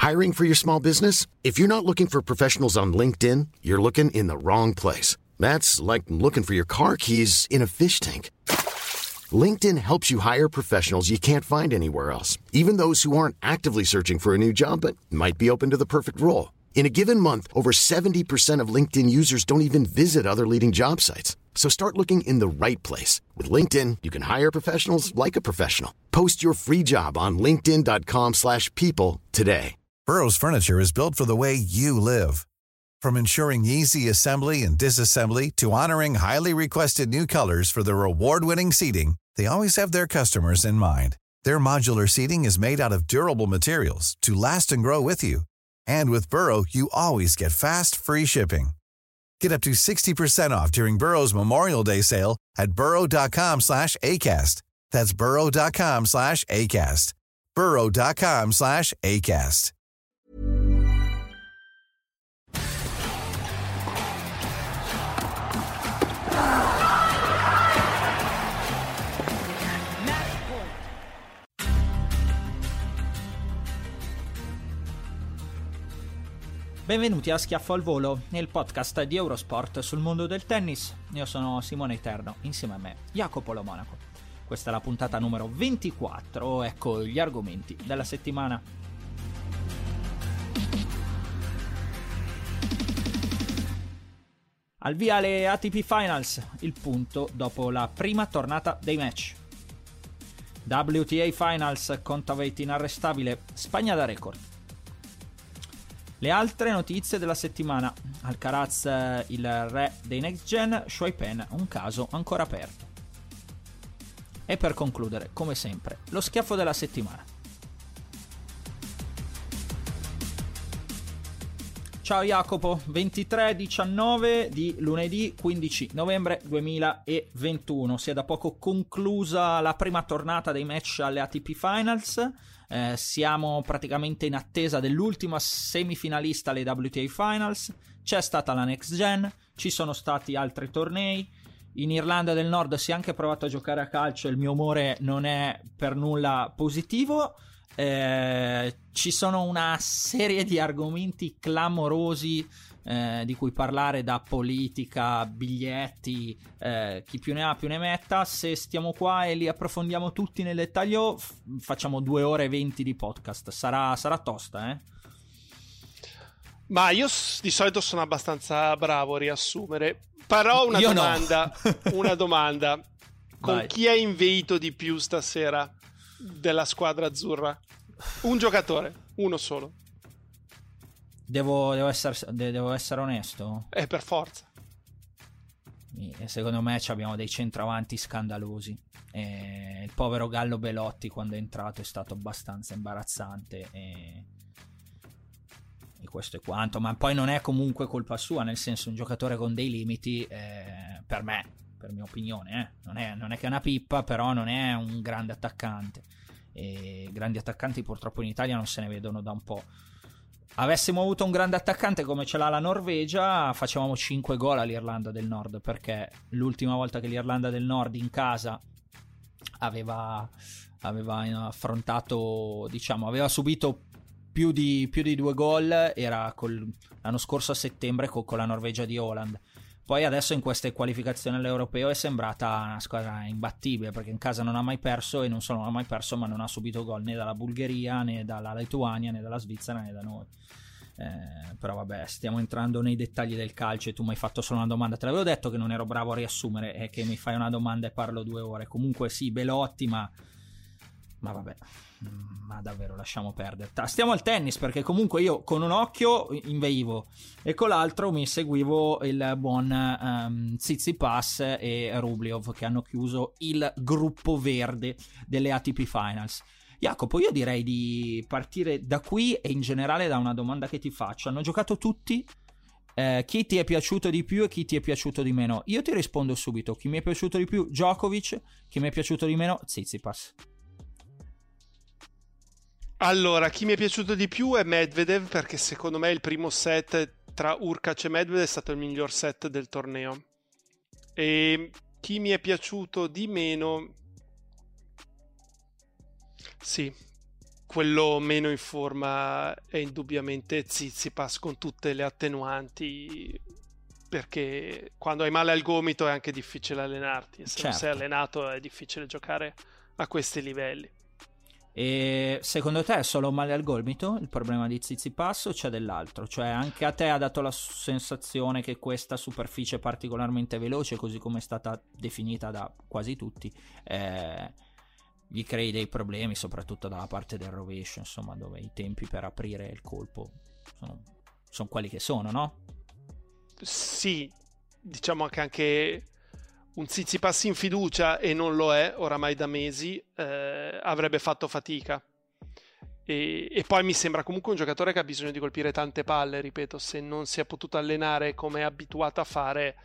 Hiring for your small business? If you're not looking for professionals on LinkedIn, you're looking in the wrong place. That's like looking for your car keys in a fish tank. LinkedIn helps you hire professionals you can't find anywhere else, even those who aren't actively searching for a new job but might be open to the perfect role. In a given month, over 70% of LinkedIn users don't even visit other leading job sites. So start looking in the right place. With LinkedIn, you can hire professionals like a professional. Post your free job on linkedin.com/people today. Burrow's furniture is built for the way you live. From ensuring easy assembly and disassembly to honoring highly requested new colors for their award-winning seating, they always have their customers in mind. Their modular seating is made out of durable materials to last and grow with you. And with Burrow, you always get fast, free shipping. Get up to 60% off during Burrow's Memorial Day sale at burrow.com/ACAST. That's burrow.com/ACAST. burrow.com/ACAST. Benvenuti a Schiaffo al Volo, il podcast di Eurosport sul mondo del tennis. Io sono Simone Eterno, insieme a me Jacopo Lo Monaco. Questa è la puntata numero 24, ecco gli argomenti della settimana. Al via le ATP Finals, il punto dopo la prima tornata dei match. WTA Finals, Kontaveit inarrestabile, Spagna da record. Le altre notizie della settimana: Alcaraz, il re dei next gen, Shuai Pen, un caso ancora aperto. E per concludere, come sempre, lo schiaffo della settimana. Ciao Jacopo, 23:19 di lunedì 15 novembre 2021. Si è da poco conclusa la prima tornata dei match alle ATP Finals. Siamo praticamente in attesa dell'ultima semifinalista alle WTA Finals. C'è stata la Next Gen, ci sono stati altri tornei. In Irlanda del Nord si è anche provato a giocare a calcio e il mio umore non è per nulla positivo. Ci sono una serie di argomenti clamorosi di cui parlare, da politica, biglietti, chi più ne ha più ne metta. Se stiamo qua e li approfondiamo tutti nel dettaglio, facciamo 2 ore e 20 di podcast. Sarà tosta, Ma io di solito sono abbastanza bravo a riassumere. Però una domanda. Una domanda. Con Vai. chi hai inveito di più stasera della squadra azzurra? Un giocatore, uno solo. Devo essere onesto. Per forza. Secondo me abbiamo dei centravanti scandalosi. Il povero Gallo Belotti, quando è entrato, è stato abbastanza imbarazzante. E questo è quanto. Ma poi non è comunque colpa sua, nel senso, un giocatore con dei limiti, per me, per mia opinione, non è che è una pippa, però non è un grande attaccante. E grandi attaccanti purtroppo in Italia non se ne vedono da un po'. Avessimo avuto un grande attaccante come ce l'ha la Norvegia, facevamo 5 gol all'Irlanda del Nord, perché l'ultima volta che l'Irlanda del Nord in casa aveva affrontato, diciamo, aveva subito più di 2 gol era l'anno scorso a settembre con la Norvegia di Haaland. Poi adesso in queste qualificazioni all'Europeo è sembrata una squadra imbattibile, perché in casa non ha mai perso, e non solo non ha mai perso, ma non ha subito gol né dalla Bulgaria, né dalla Lituania, né dalla Svizzera, né da noi. Però vabbè, stiamo entrando nei dettagli del calcio e tu mi hai fatto solo una domanda. Te l'avevo detto che non ero bravo a riassumere e che mi fai una domanda e parlo 2 ore. Comunque sì, Belotti, ma vabbè, ma davvero lasciamo perdere. Stiamo al tennis, perché comunque io con un occhio inveivo e con l'altro mi seguivo il buon Tsitsipas e Rublev, che hanno chiuso il gruppo verde delle ATP Finals. Jacopo, io direi di partire da qui e in generale da una domanda che ti faccio. Hanno giocato tutti? Chi ti è piaciuto di più e chi ti è piaciuto di meno? Io ti rispondo subito. Chi mi è piaciuto di più? Djokovic. Chi mi è piaciuto di meno? Tsitsipas. Allora, chi mi è piaciuto di più è Medvedev, perché secondo me il primo set tra Hurkacz e Medvedev è stato il miglior set del torneo. E chi mi è piaciuto di meno... Sì, quello meno in forma è indubbiamente Tsitsipas, con tutte le attenuanti, perché quando hai male al gomito è anche difficile allenarti, e se non sei allenato è difficile giocare a questi livelli. E secondo te è solo male al gomito il problema di Tsitsipas o c'è dell'altro? Cioè anche a te ha dato la sensazione che questa superficie particolarmente veloce, così come è stata definita da quasi tutti, gli crei dei problemi, soprattutto dalla parte del rovescio, insomma, dove i tempi per aprire il colpo sono quelli che sono, no? Sì, diciamo che anche un Tsitsipas in fiducia, e non lo è oramai da mesi, avrebbe fatto fatica. E poi mi sembra comunque un giocatore che ha bisogno di colpire tante palle, ripeto, se non si è potuto allenare come è abituato a fare,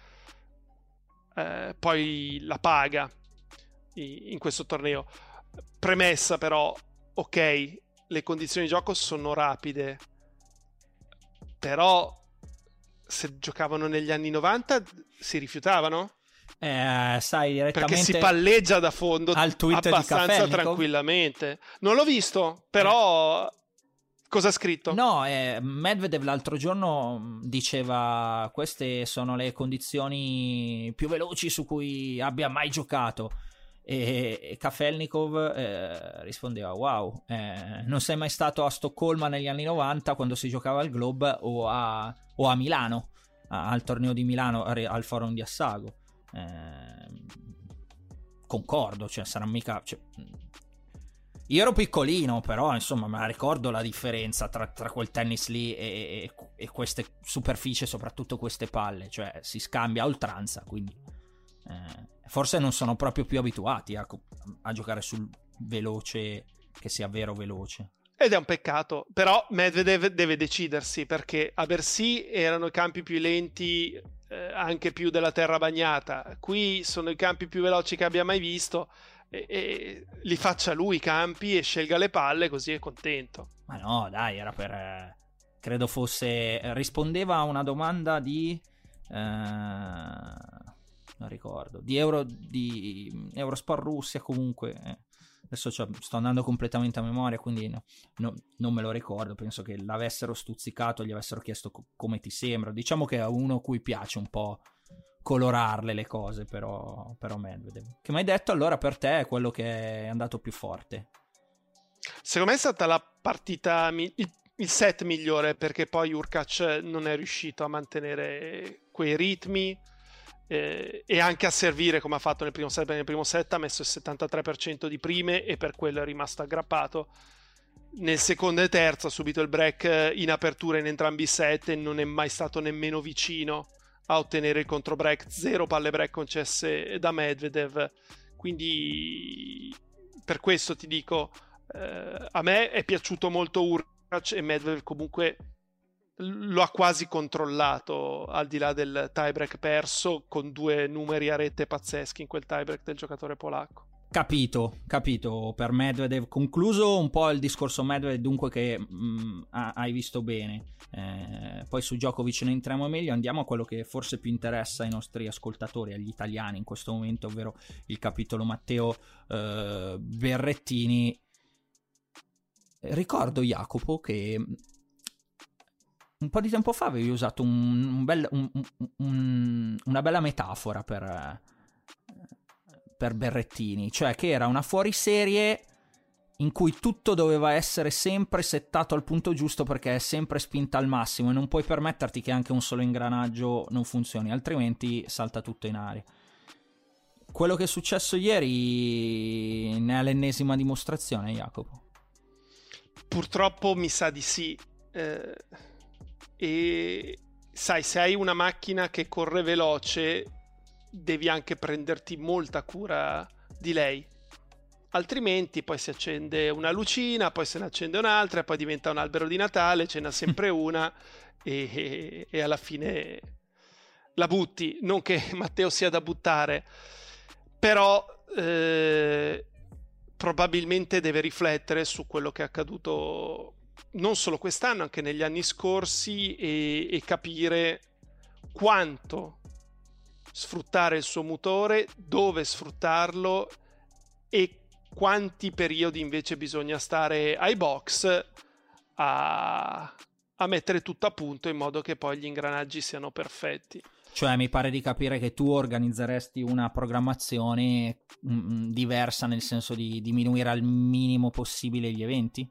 poi la paga in questo torneo. Premessa però, ok, le condizioni di gioco sono rapide, però se giocavano negli anni 90 si rifiutavano? Sai, direttamente perché si palleggia da fondo al tweet abbastanza di tranquillamente. Non l'ho visto, però cosa ha scritto? No, Medvedev l'altro giorno diceva: queste sono le condizioni più veloci su cui abbia mai giocato. E Kafelnikov rispondeva: wow, non sei mai stato a Stoccolma negli anni 90 quando si giocava al Globe o a Milano, al torneo di Milano, al Forum di Assago. Concordo, cioè sarà mica, cioè, io ero piccolino, però insomma me la ricordo la differenza tra quel tennis lì e queste superfici, soprattutto queste palle, cioè si scambia a oltranza, quindi forse non sono proprio più abituati a giocare sul veloce, che sia vero veloce. Ed è un peccato, però Medvedev deve decidersi, perché a Bercy erano i campi più lenti, anche più della terra bagnata. Qui sono i campi più veloci che abbia mai visto, e li faccia lui i campi e scelga le palle, così è contento. Ma no, dai, era per... credo fosse... rispondeva a una domanda di... non ricordo, di Eurosport Russia, comunque... Adesso sto andando completamente a memoria, quindi non me lo ricordo. Penso che l'avessero stuzzicato, gli avessero chiesto come ti sembra. Diciamo che è uno a cui piace un po' colorarle le cose, però Medvedev. Che mi hai detto allora per te è quello che è andato più forte? Secondo me è stata la partita, il set migliore, perché poi Hurkacz non è riuscito a mantenere quei ritmi. E anche a servire come ha fatto nel primo set ha messo il 73% di prime e per quello è rimasto aggrappato. Nel secondo e terzo ha subito il break in apertura in entrambi i set e non è mai stato nemmeno vicino a ottenere il contro break. 0 palle break concesse da Medvedev, quindi per questo ti dico, a me è piaciuto molto Hurkacz, e Medvedev comunque lo ha quasi controllato, al di là del tiebreak perso, con 2 numeri a rete pazzeschi in quel tiebreak del giocatore polacco. Capito, per Medvedev. Concluso un po' il discorso Medvedev, dunque, che hai visto bene. Poi su Djokovic ne entriamo meglio, andiamo a quello che forse più interessa ai nostri ascoltatori, agli italiani in questo momento, ovvero il capitolo Matteo Berrettini. Ricordo, Jacopo, che un po' di tempo fa avevi usato una bella metafora per Berrettini, cioè che era una fuoriserie in cui tutto doveva essere sempre settato al punto giusto, perché è sempre spinta al massimo e non puoi permetterti che anche un solo ingranaggio non funzioni, altrimenti salta tutto in aria. Quello che è successo ieri ne è l'ennesima dimostrazione, Jacopo? Purtroppo mi sa di sì. E sai, se hai una macchina che corre veloce devi anche prenderti molta cura di lei, altrimenti poi si accende una lucina, poi se ne accende un'altra e poi diventa un albero di Natale, ce n'è sempre una e alla fine la butti. Non che Matteo sia da buttare, però probabilmente deve riflettere su quello che è accaduto non solo quest'anno, anche negli anni scorsi, e capire quanto sfruttare il suo motore, dove sfruttarlo e quanti periodi invece bisogna stare ai box a mettere tutto a punto in modo che poi gli ingranaggi siano perfetti. Cioè mi pare di capire che tu organizzeresti una programmazione diversa, nel senso di diminuire al minimo possibile gli eventi?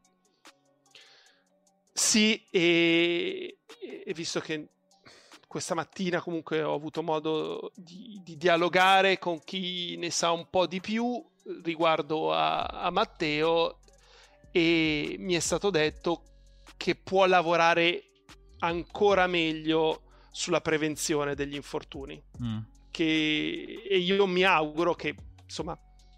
Sì, e visto che questa mattina comunque ho avuto modo di dialogare con chi ne sa un po' di più riguardo a Matteo, e mi è stato detto che può lavorare ancora meglio sulla prevenzione degli infortuni, e io mi auguro che, insomma,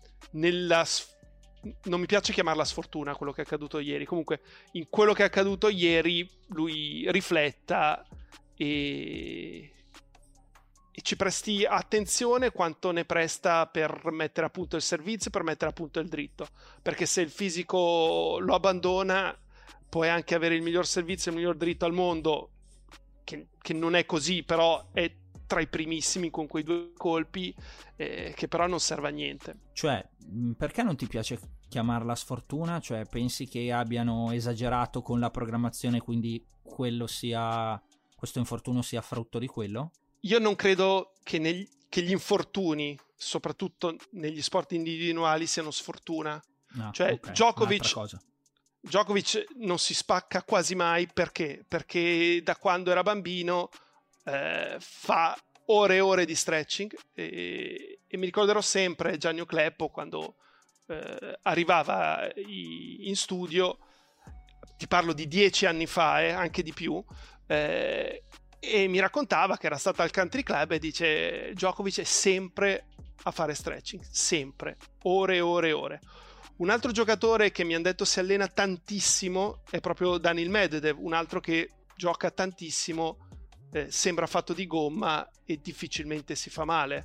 non mi piace chiamarla sfortuna quello che è accaduto ieri, comunque in quello che è accaduto ieri lui rifletta e ci presti attenzione quanto ne presta per mettere a punto il servizio, per mettere a punto il dritto, perché se il fisico lo abbandona puoi anche avere il miglior servizio, il miglior dritto al mondo, che non è così, però è tra i primissimi con quei 2 colpi, che però non serve a niente. Cioè, perché non ti piace chiamarla sfortuna? Cioè, pensi che abbiano esagerato con la programmazione, quindi questo infortunio sia frutto di quello? Io non credo che gli infortuni, soprattutto negli sport individuali, siano sfortuna. No, cioè, okay, Djokovic non si spacca quasi mai, perché da quando era bambino fa ore e ore di stretching, e mi ricorderò sempre Gianni Cleppo quando arrivava in studio, ti parlo di 10 anni fa, anche di più, e mi raccontava che era stato al country club e dice: Djokovic è sempre a fare stretching, sempre, ore e ore e ore. Un altro giocatore che mi hanno detto si allena tantissimo è proprio Daniil Medvedev, un altro che gioca tantissimo, sembra fatto di gomma e difficilmente si fa male.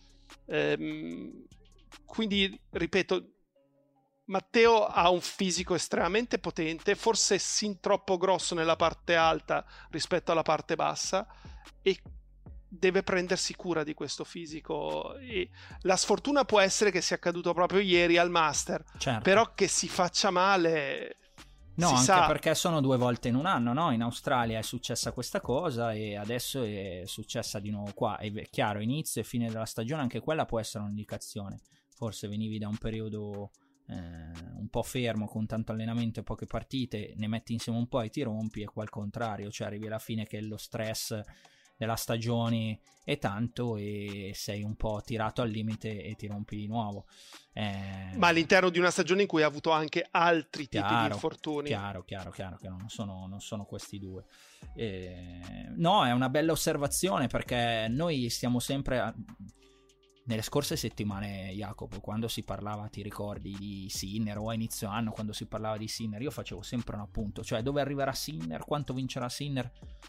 Quindi, ripeto, Matteo ha un fisico estremamente potente, forse sin troppo grosso nella parte alta rispetto alla parte bassa, e deve prendersi cura di questo fisico. E la sfortuna può essere che sia accaduto proprio ieri al Master, certo. Però che si faccia male, no, si anche sa. Perché sono 2 volte in un anno, no? In Australia è successa questa cosa e adesso è successa di nuovo qua. È chiaro, inizio e fine della stagione, anche quella può essere un'indicazione. Forse venivi da un periodo un po' fermo, con tanto allenamento e poche partite, ne metti insieme un po' e ti rompi, e qua al contrario, cioè arrivi alla fine che lo stress della stagione è tanto e sei un po' tirato al limite e ti rompi di nuovo. Ma all'interno di una stagione in cui ha avuto anche altri tipi di infortuni. Chiaro, che non sono questi 2. No, è una bella osservazione, perché noi stiamo sempre... Nelle scorse settimane, Jacopo, quando si parlava, ti ricordi, di Sinner, o a inizio anno quando si parlava di Sinner, io facevo sempre un appunto, cioè dove arriverà Sinner, quanto vincerà Sinner.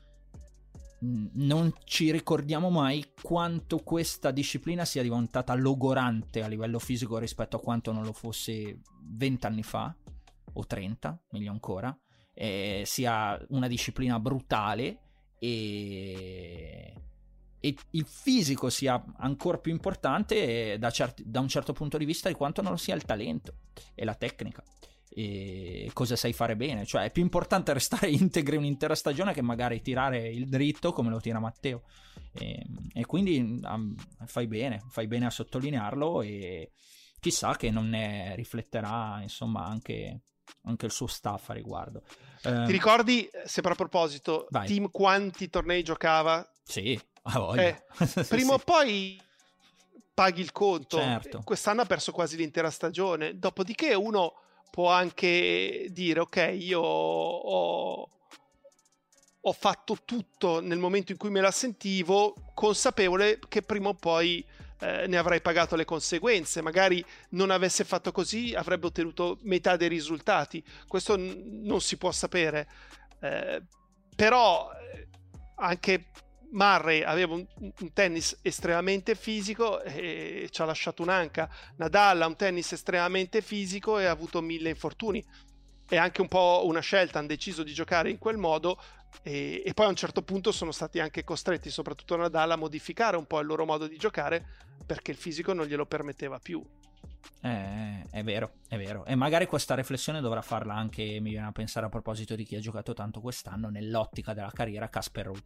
Non ci ricordiamo mai quanto questa disciplina sia diventata logorante a livello fisico rispetto a quanto non lo fosse 20 anni fa, o 30, meglio ancora, sia una disciplina brutale e il fisico sia ancora più importante da un certo punto di vista di quanto non sia il talento e la tecnica e cosa sai fare bene. Cioè è più importante restare integri un'intera stagione che magari tirare il dritto come lo tira Matteo, e quindi fai bene a sottolinearlo, e chissà che non ne rifletterà, insomma, anche il suo staff a riguardo. Ti ricordi, sempre a proposito, vai. Team quanti tornei giocava? Sì, a voglia. Prima o poi paghi il conto. Certo. Quest'anno ha perso quasi l'intera stagione, dopodiché uno può anche dire: ok, io ho fatto tutto nel momento in cui me la sentivo, consapevole che prima o poi ne avrei pagato le conseguenze. Magari non avesse fatto così, avrebbe ottenuto metà dei risultati. Questo non si può sapere, però anche Murray aveva un tennis estremamente fisico e ci ha lasciato un'anca. Nadal ha un tennis estremamente fisico e ha avuto 1000 infortuni. È anche un po' una scelta, hanno deciso di giocare in quel modo, e poi a un certo punto sono stati anche costretti, soprattutto Nadal, a modificare un po' il loro modo di giocare perché il fisico non glielo permetteva più. È vero. E magari questa riflessione dovrà farla anche, mi viene a pensare, a proposito di chi ha giocato tanto quest'anno, nell'ottica della carriera, Casper Ruud.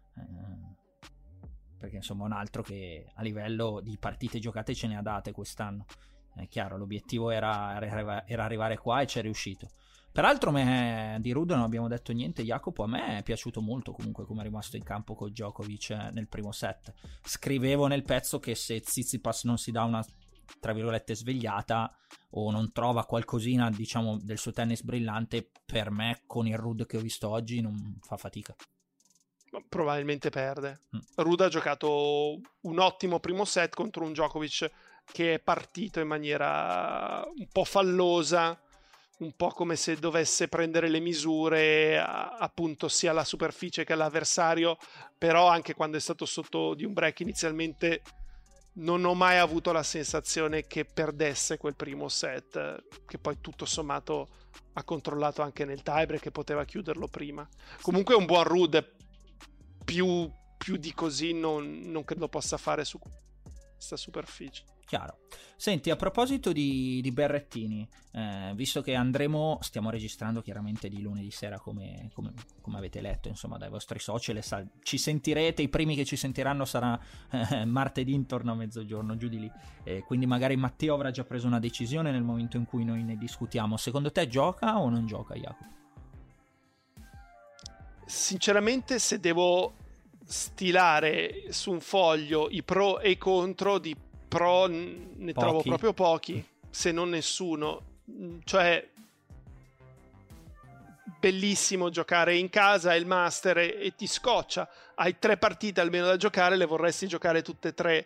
Perché insomma un altro che a livello di partite giocate ce ne ha date quest'anno. È chiaro, l'obiettivo era arrivare qua e ci è riuscito. Peraltro di Ruud non abbiamo detto niente, Jacopo. A me è piaciuto molto comunque come è rimasto in campo con Djokovic nel primo set. Scrivevo nel pezzo che se Tsitsipas non si dà una, tra virgolette, svegliata o non trova qualcosina, diciamo, del suo tennis brillante, per me con il Ruud che ho visto oggi non fa fatica. Probabilmente perde. Ruud ha giocato un ottimo primo set contro un Djokovic che è partito in maniera un po' fallosa, un po' come se dovesse prendere le misure appunto sia alla superficie che all'avversario, però anche quando è stato sotto di un break inizialmente non ho mai avuto la sensazione che perdesse quel primo set, che poi tutto sommato ha controllato anche nel tiebreak e poteva chiuderlo prima. Comunque un buon Ruud più di così non credo possa fare su questa superficie. Chiaro. Senti, a proposito di Berrettini, visto che stiamo registrando chiaramente di lunedì sera come avete letto insomma dai vostri social, ci sentirete, i primi che ci sentiranno sarà martedì intorno a mezzogiorno, giù di lì, quindi magari Matteo avrà già preso una decisione nel momento in cui noi ne discutiamo. Secondo te gioca o non gioca, Jacopo? Sinceramente, se devo stilare su un foglio i pro e i contro, di pro ne trovo proprio pochi, se non nessuno. Cioè, bellissimo giocare in casa, è il Master e ti scoccia. Hai 3 partite almeno da giocare, le vorresti giocare tutte e 3.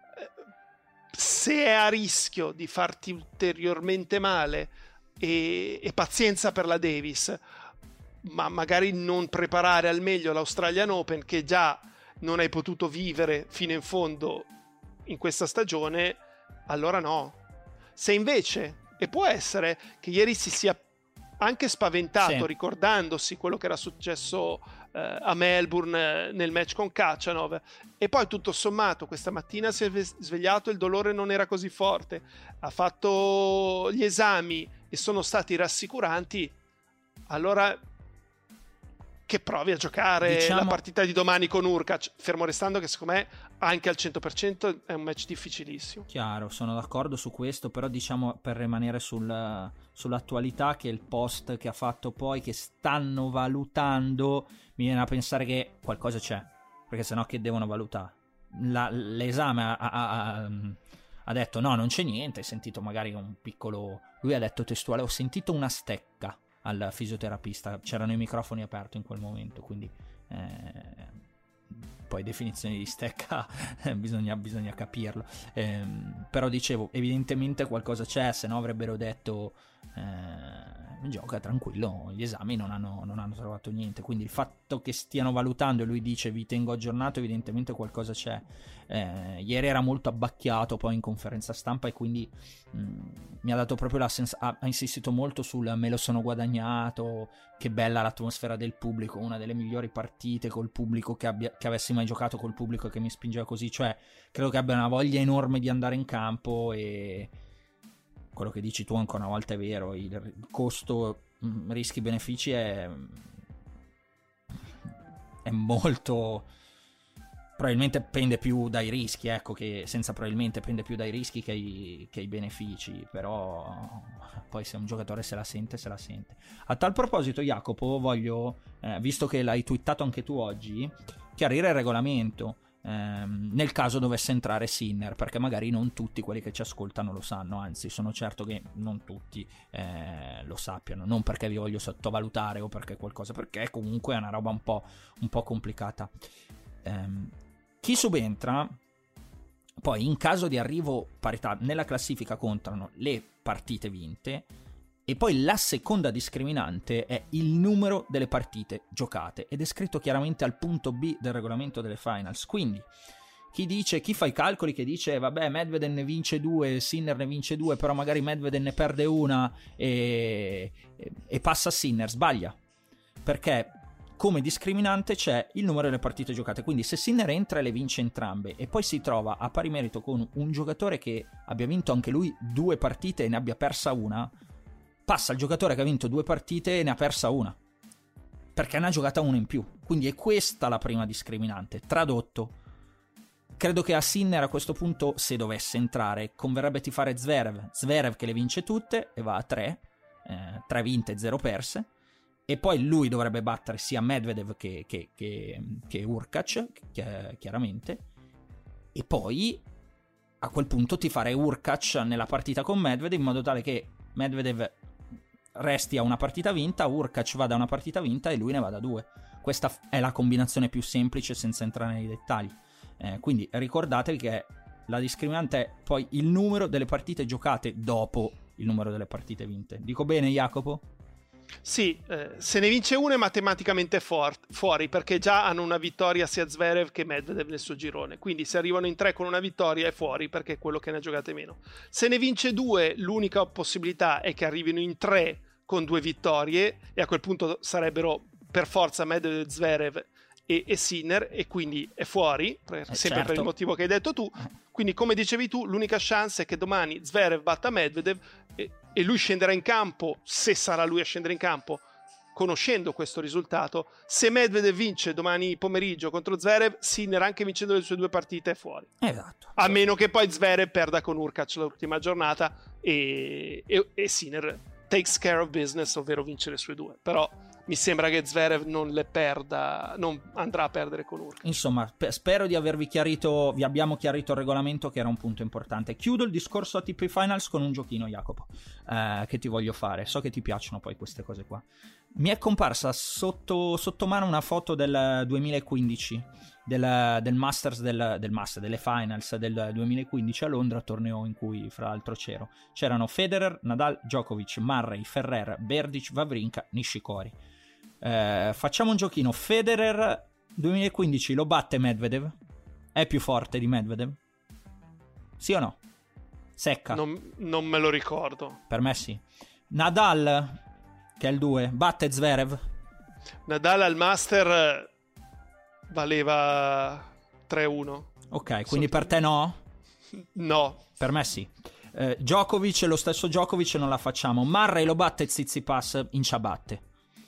Se è a rischio di farti ulteriormente male, e pazienza per la Davis, ma magari non preparare al meglio l'Australian Open, che già non hai potuto vivere fino in fondo in questa stagione, allora no. Se invece, e può essere che ieri si sia anche spaventato, sì, ricordandosi quello che era successo a Melbourne nel match con Khachanov, e poi tutto sommato questa mattina si è svegliato, il dolore non era così forte, ha fatto gli esami e sono stati rassicuranti, allora che provi a giocare la partita di domani con Hurkacz, fermo restando che secondo me anche al 100% è un match difficilissimo. Chiaro, sono d'accordo su questo, però diciamo, per rimanere sull'attualità, che il post che ha fatto poi, che stanno valutando, mi viene a pensare che qualcosa c'è, perché sennò che devono valutare? L'esame ha detto no, non c'è niente, hai sentito magari un piccolo, lui ha detto testuale, ho sentito una stecca al fisioterapista, c'erano i microfoni aperti in quel momento, quindi poi definizioni di stecca bisogna capirlo, però dicevo, evidentemente qualcosa c'è, se no avrebbero detto gioca tranquillo, gli esami non hanno trovato niente, quindi il fatto che stiano valutando e lui dice vi tengo aggiornato, evidentemente qualcosa c'è. Ieri era molto abbacchiato poi in conferenza stampa e quindi mi ha dato proprio ha insistito molto sul me lo sono guadagnato, che bella l'atmosfera del pubblico, una delle migliori partite col pubblico che avessi mai giocato, col pubblico che mi spingeva così, cioè credo che abbia una voglia enorme di andare in campo, e quello che dici tu ancora una volta è vero, il costo rischi-benefici è molto, probabilmente pende più dai rischi, ecco, che senza probabilmente pende più dai rischi che ai benefici, però poi se un giocatore se la sente. A tal proposito, Jacopo, voglio, visto che l'hai twittato anche tu oggi, chiarire il regolamento nel caso dovesse entrare Sinner, perché magari non tutti quelli che ci ascoltano lo sanno, anzi sono certo che non tutti lo sappiano, non perché vi voglio sottovalutare o perché qualcosa, perché comunque è una roba un po' complicata. Chi subentra poi in caso di arrivo parità nella classifica contano le partite vinte, e poi la seconda discriminante è il numero delle partite giocate, ed è scritto chiaramente al punto B del regolamento delle finals. Quindi chi fa i calcoli che dice vabbè, Medvedev ne vince 2, Sinner ne vince 2, però magari Medvedev ne perde una e passa Sinner, sbaglia, perché come discriminante c'è il numero delle partite giocate, quindi se Sinner entra e le vince entrambe e poi si trova a pari merito con un giocatore che abbia vinto anche lui 2 partite e ne abbia persa una, passa il giocatore che ha vinto 2 partite e ne ha persa una, perché ne ha giocata una in più. Quindi è questa la prima discriminante. Tradotto, credo che a Sinner a questo punto, se dovesse entrare, converrebbe tifare Zverev che le vince tutte e va a 3 vinte e 0 perse, e poi lui dovrebbe battere sia Medvedev che Hurkacz, chiaramente, e poi a quel punto tifare Hurkacz nella partita con Medvedev, in modo tale che Medvedev resti a una partita vinta, Hurkacz vada a una partita vinta e lui ne vada a 2. Questa è la combinazione più semplice senza entrare nei dettagli. Quindi ricordatevi che la discriminante è poi il numero delle partite giocate dopo il numero delle partite vinte. Dico bene, Jacopo? Sì, se ne vince una è matematicamente fuori, perché già hanno una vittoria sia Zverev che Medvedev nel suo girone, quindi se arrivano in 3 con una vittoria è fuori, perché è quello che ne ha giocate meno. Se ne vince 2, l'unica possibilità è che arrivino in 3 con 2 vittorie, e a quel punto sarebbero per forza Medvedev, Zverev e Sinner, e quindi è fuori, sempre certo, per il motivo che hai detto tu. Quindi, come dicevi tu, l'unica chance è che domani Zverev batta Medvedev e lui scenderà in campo, se sarà lui a scendere in campo, conoscendo questo risultato. Se Medvedev vince domani pomeriggio contro Zverev, Sinner, anche vincendo le sue 2 partite, è fuori. Esatto. A meno che poi Zverev perda con Hurkacz l'ultima giornata e Sinner takes care of business, ovvero vince le sue 2. Però mi sembra che Zverev non le perda, non andrà a perdere con Hurkacz. Insomma, spero di avervi chiarito, vi abbiamo chiarito il regolamento, che era un punto importante. Chiudo il discorso ATP Finals con un giochino, Jacopo, che ti voglio fare. So che ti piacciono poi queste cose qua. Mi è comparsa sotto mano una foto del 2015, del Masters, delle Finals del 2015 a Londra, torneo in cui fra l'altro c'erano Federer, Nadal, Djokovic, Murray, Ferrer, Berdych, Wawrinka, Nishikori. Facciamo un giochino. Federer 2015 lo batte Medvedev? È più forte di Medvedev? Sì o no? Secca. Non me lo ricordo. Per me sì. Nadal, che è il 2, batte Zverev? Nadal al Master valeva 3-1. Ok, quindi per te no? No. Per me sì. Djokovic, lo stesso Djokovic non la facciamo. Murray lo batte Tsitsipas in ciabatte?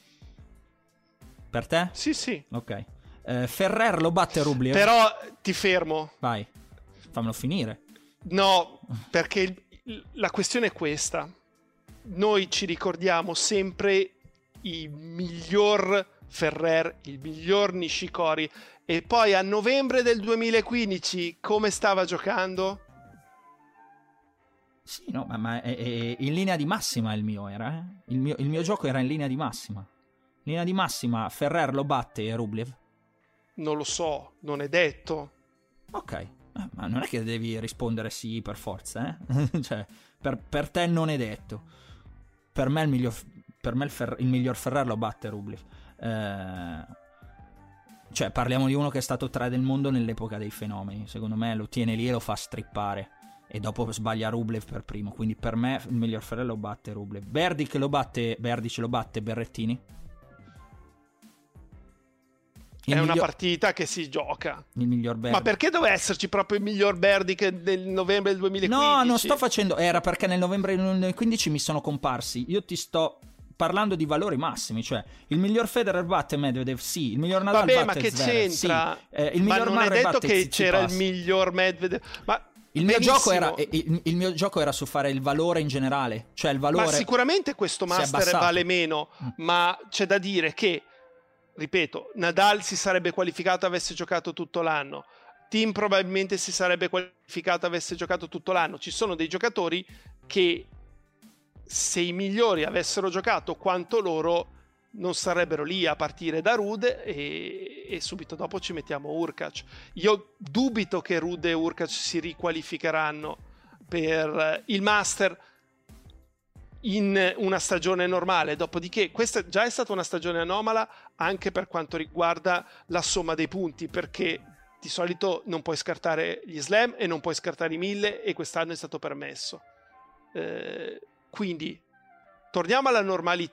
Per te? Sì. Ok. Ferrer lo batte Rublev? Però ti fermo. Vai, fammelo finire. No, perché la questione è questa. Noi ci ricordiamo sempre il miglior Ferrer, il miglior Nishikori, e poi a novembre del 2015 come stava giocando? Sì, no, ma è in linea di massima il mio era, eh? Il mio gioco era in linea di massima. In linea di massima Ferrer lo batte Rublev? Non lo so, non è detto. Ok, ma non è che devi rispondere sì per forza, eh? Cioè, per te non è detto. Per me il miglior Ferrer lo batte Rublev. Cioè, parliamo di uno che è stato 3 del mondo nell'epoca dei fenomeni. Secondo me lo tiene lì e lo fa strippare, e dopo sbaglia Rublev per primo. Quindi per me il miglior Ferrer lo batte Rublev. Berdych lo batte Berrettini? È una partita che si gioca. Il miglior Berdych. Ma perché doveva esserci proprio il miglior Berdych nel novembre del 2015? No, non sto facendo... Era perché nel novembre del 2015 mi sono comparsi. Io ti sto parlando di valori massimi. Cioè, il miglior Federer batte Medvedev, sì. Il miglior Nadal batte ma che Zverev, c'entra? sì. Il miglior ma non Murray è detto che Tsitsipas. c'era il miglior Medvedev. Ma il mio gioco era su fare il valore in generale. Cioè, il valore... Ma sicuramente questo Master vale meno. Ma c'è da dire che, ripeto, Nadal si sarebbe qualificato avesse giocato tutto l'anno, Thiem probabilmente si sarebbe qualificato avesse giocato tutto l'anno. Ci sono dei giocatori che, se i migliori avessero giocato quanto loro, non sarebbero lì a partire da Ruud e subito dopo ci mettiamo Hurkacz. Io dubito che Ruud e Hurkacz si riqualificheranno per il Master in una stagione normale, dopodiché questa già è stata una stagione anomala anche per quanto riguarda la somma dei punti, perché di solito non puoi scartare gli slam e non puoi scartare i 1000, e quest'anno è stato permesso. Quindi torniamo alla normalità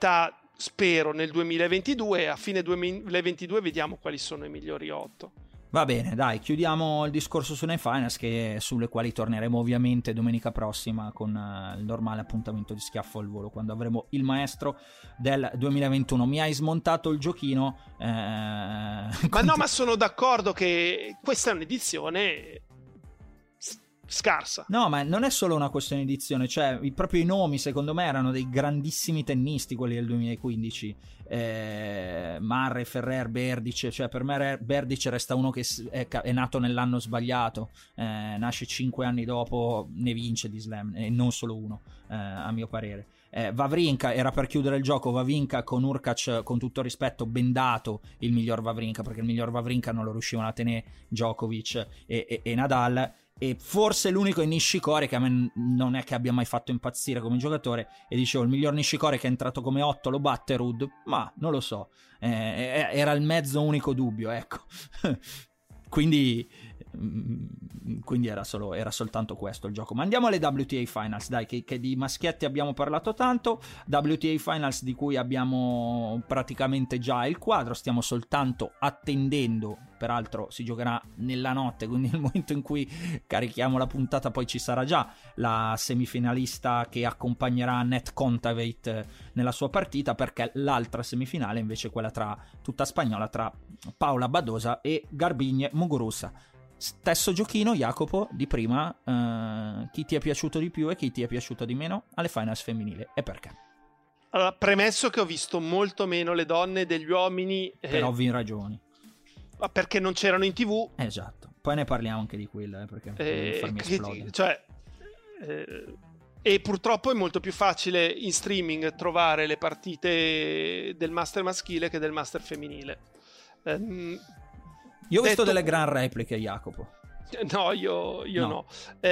spero nel 2022, a fine 2022 vediamo quali sono i migliori 8. Va bene, dai, chiudiamo il discorso sulle finals, sulle quali torneremo ovviamente domenica prossima con il normale appuntamento di Schiaffo al Volo, quando avremo il maestro del 2021. Mi hai smontato il giochino. Ma no, ma sono d'accordo che questa è un'edizione scarsa. No, ma non è solo una questione di edizione, cioè proprio i nomi secondo me erano dei grandissimi tennisti quelli del 2015, Murray, Ferrer, Berdych, cioè per me Berdych resta uno che è nato nell'anno sbagliato, nasce 5 anni dopo, ne vince di slam, e non solo uno, a mio parere. Wawrinka era, per chiudere il gioco, Wawrinka con Hurkacz, con tutto rispetto, bendato il miglior Wawrinka, perché il miglior Wawrinka non lo riuscivano a tenere Djokovic e Nadal, e forse l'unico è Nishikori, che a me non è che abbia mai fatto impazzire come giocatore, e dicevo il miglior Nishikori che è entrato come 8 lo batte Ruud, ma non lo so, era il mezzo unico dubbio, ecco. quindi era soltanto questo il gioco. Ma andiamo alle WTA Finals, dai, che di maschietti abbiamo parlato tanto. WTA Finals di cui abbiamo praticamente già il quadro, stiamo soltanto attendendo, peraltro si giocherà nella notte, quindi nel momento in cui carichiamo la puntata poi ci sarà già la semifinalista che accompagnerà Net Kontaveit nella sua partita, perché l'altra semifinale invece è quella tutta spagnola, tra Paula Badosa e Garbiñe Muguruza. Stesso giochino, Jacopo, di prima, chi ti è piaciuto di più e chi ti è piaciuto di meno alle finals femminili, e perché? Allora, premesso che ho visto molto meno le donne degli uomini, per ovvie ragioni, perché non c'erano in TV. Esatto, poi ne parliamo anche di quello, perché non farmi esplodere. Cioè, e purtroppo è molto più facile in streaming trovare le partite del master maschile che del master femminile. Io ho visto delle gran repliche, Jacopo. No, io no.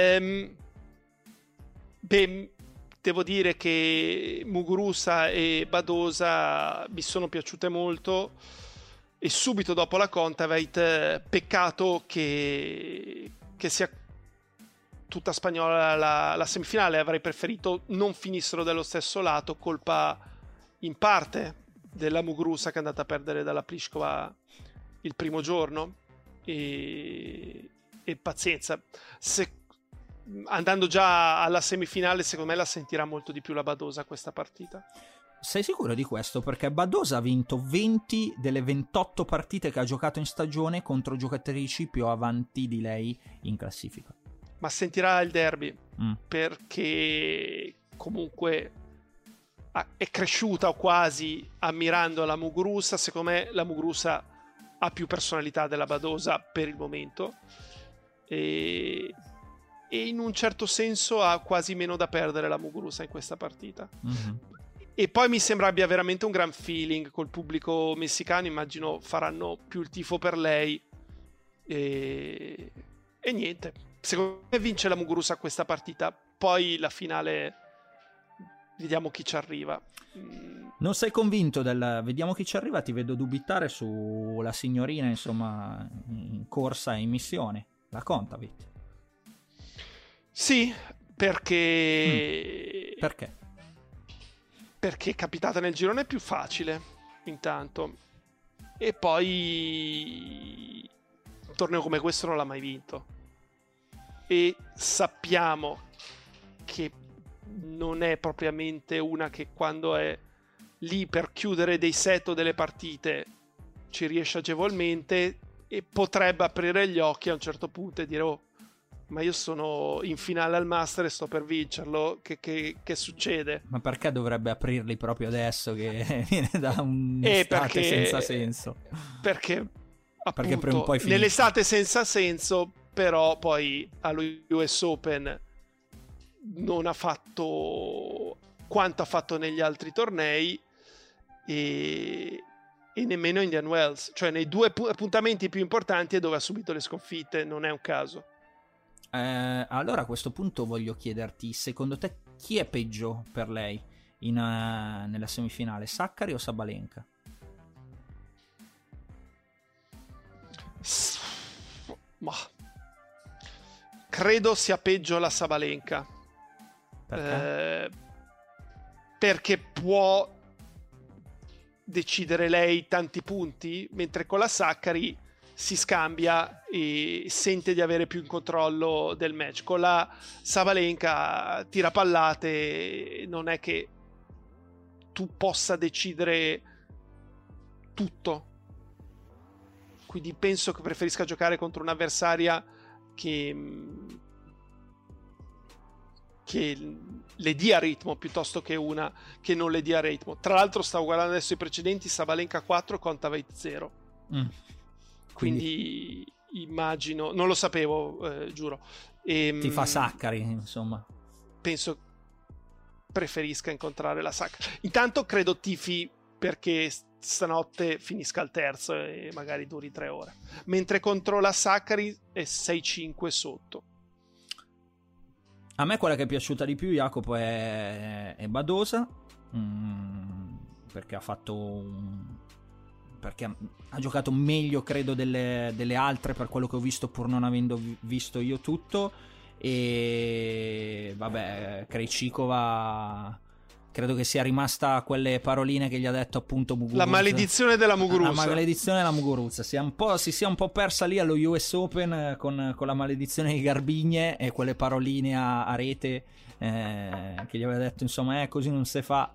Devo dire che Muguruza e Badosa mi sono piaciute molto, e subito dopo la Kontaveit, peccato che sia tutta spagnola la semifinale. Avrei preferito non finissero dello stesso lato, colpa in parte della Muguruza che è andata a perdere dalla Pliskova il primo giorno, e pazienza, andando già alla semifinale secondo me la sentirà molto di più la Badosa questa partita. Sei sicuro di questo? Perché Badosa ha vinto 20 delle 28 partite che ha giocato in stagione contro giocatrici più avanti di lei in classifica. Ma sentirà il derby, perché comunque è cresciuta quasi ammirando la Muguruza. Secondo me la Muguruza ha più personalità della Badosa per il momento, e in un certo senso ha quasi meno da perdere la Muguruza in questa partita. E poi mi sembra abbia veramente un gran feeling col pubblico messicano, immagino faranno più il tifo per lei, e niente, secondo me vince la Muguruza questa partita, poi la finale vediamo chi ci arriva. Non sei convinto del vediamo chi ci arriva? Ti vedo dubitare sulla signorina, insomma, in corsa e in missione, la Kontaveit. Sì, perché perché è capitata nel girone più facile intanto, e poi un torneo come questo non l'ha mai vinto, e sappiamo che non è propriamente una che quando è lì per chiudere dei set o delle partite ci riesce agevolmente, e potrebbe aprire gli occhi a un certo punto e dire: oh, ma io sono in finale al Master e sto per vincerlo, che succede? Ma perché dovrebbe aprirli proprio adesso che viene da un'estate senza senso? Perché appunto prima o poi finisce. Nell'estate senza senso, però poi allo US Open non ha fatto quanto ha fatto negli altri tornei, e nemmeno Indian Wells, cioè nei due appuntamenti più importanti è dove ha subito le sconfitte, non è un caso. Allora a questo punto voglio chiederti, secondo te chi è peggio per lei nella semifinale, Sakkari o Sabalenka? Ma credo sia peggio la Sabalenka. Perché? Perché può decidere lei tanti punti, mentre con la Sakkari si scambia e sente di avere più in controllo del match. Con la Sabalenka tira pallate, non è che tu possa decidere tutto, quindi penso che preferisca giocare contro un'avversaria che le dia ritmo piuttosto che una che non le dia ritmo. Tra l'altro stavo guardando adesso i precedenti, Sabalenka 4, Kontaveit 0. Quindi immagino, non lo sapevo, giuro. Ti fa Sakkari, insomma. Penso preferisca incontrare la Sakkari. Intanto credo tifi perché stanotte finisca il terzo e magari duri 3 ore. Mentre contro la Sakkari è 6-5 sotto. A me quella che è piaciuta di più, Jacopo, è Badosa, perché ha fatto perché ha giocato meglio, credo, delle altre, per quello che ho visto, pur non avendo visto io tutto. E vabbè, Krejcikova credo che sia rimasta a quelle paroline che gli ha detto appunto Muguruza. La maledizione della Muguruza. La maledizione della Muguruza. Si sia un po' persa lì allo US Open con la maledizione di Garbigne e quelle paroline a rete che gli aveva detto, insomma, così non si fa.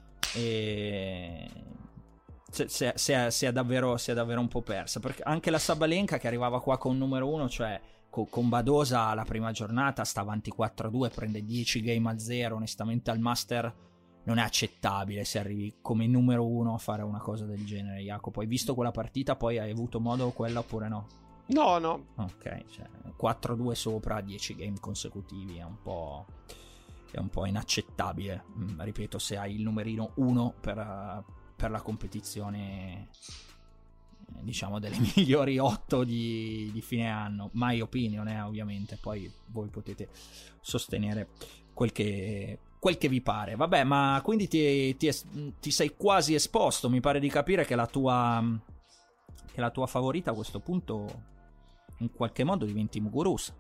E si è davvero un po' persa, perché anche la Sabalenka, che arrivava qua con numero 1, cioè con Badosa la prima giornata sta avanti 4-2, prende 10 game a 0. Onestamente al Master non è accettabile se arrivi come numero 1 a fare una cosa del genere. Jacopo, hai visto quella partita? Poi hai avuto modo quella oppure no? No. Ok, cioè 4-2 sopra 10 game consecutivi è un po' inaccettabile. Ripeto, se hai il numerino 1 per la competizione, diciamo delle migliori 8 di fine anno, my opinion, ovviamente, poi voi potete sostenere quel che vi pare. Vabbè, ma quindi ti sei quasi esposto, mi pare di capire che la tua favorita a questo punto in qualche modo diventi Muguruza.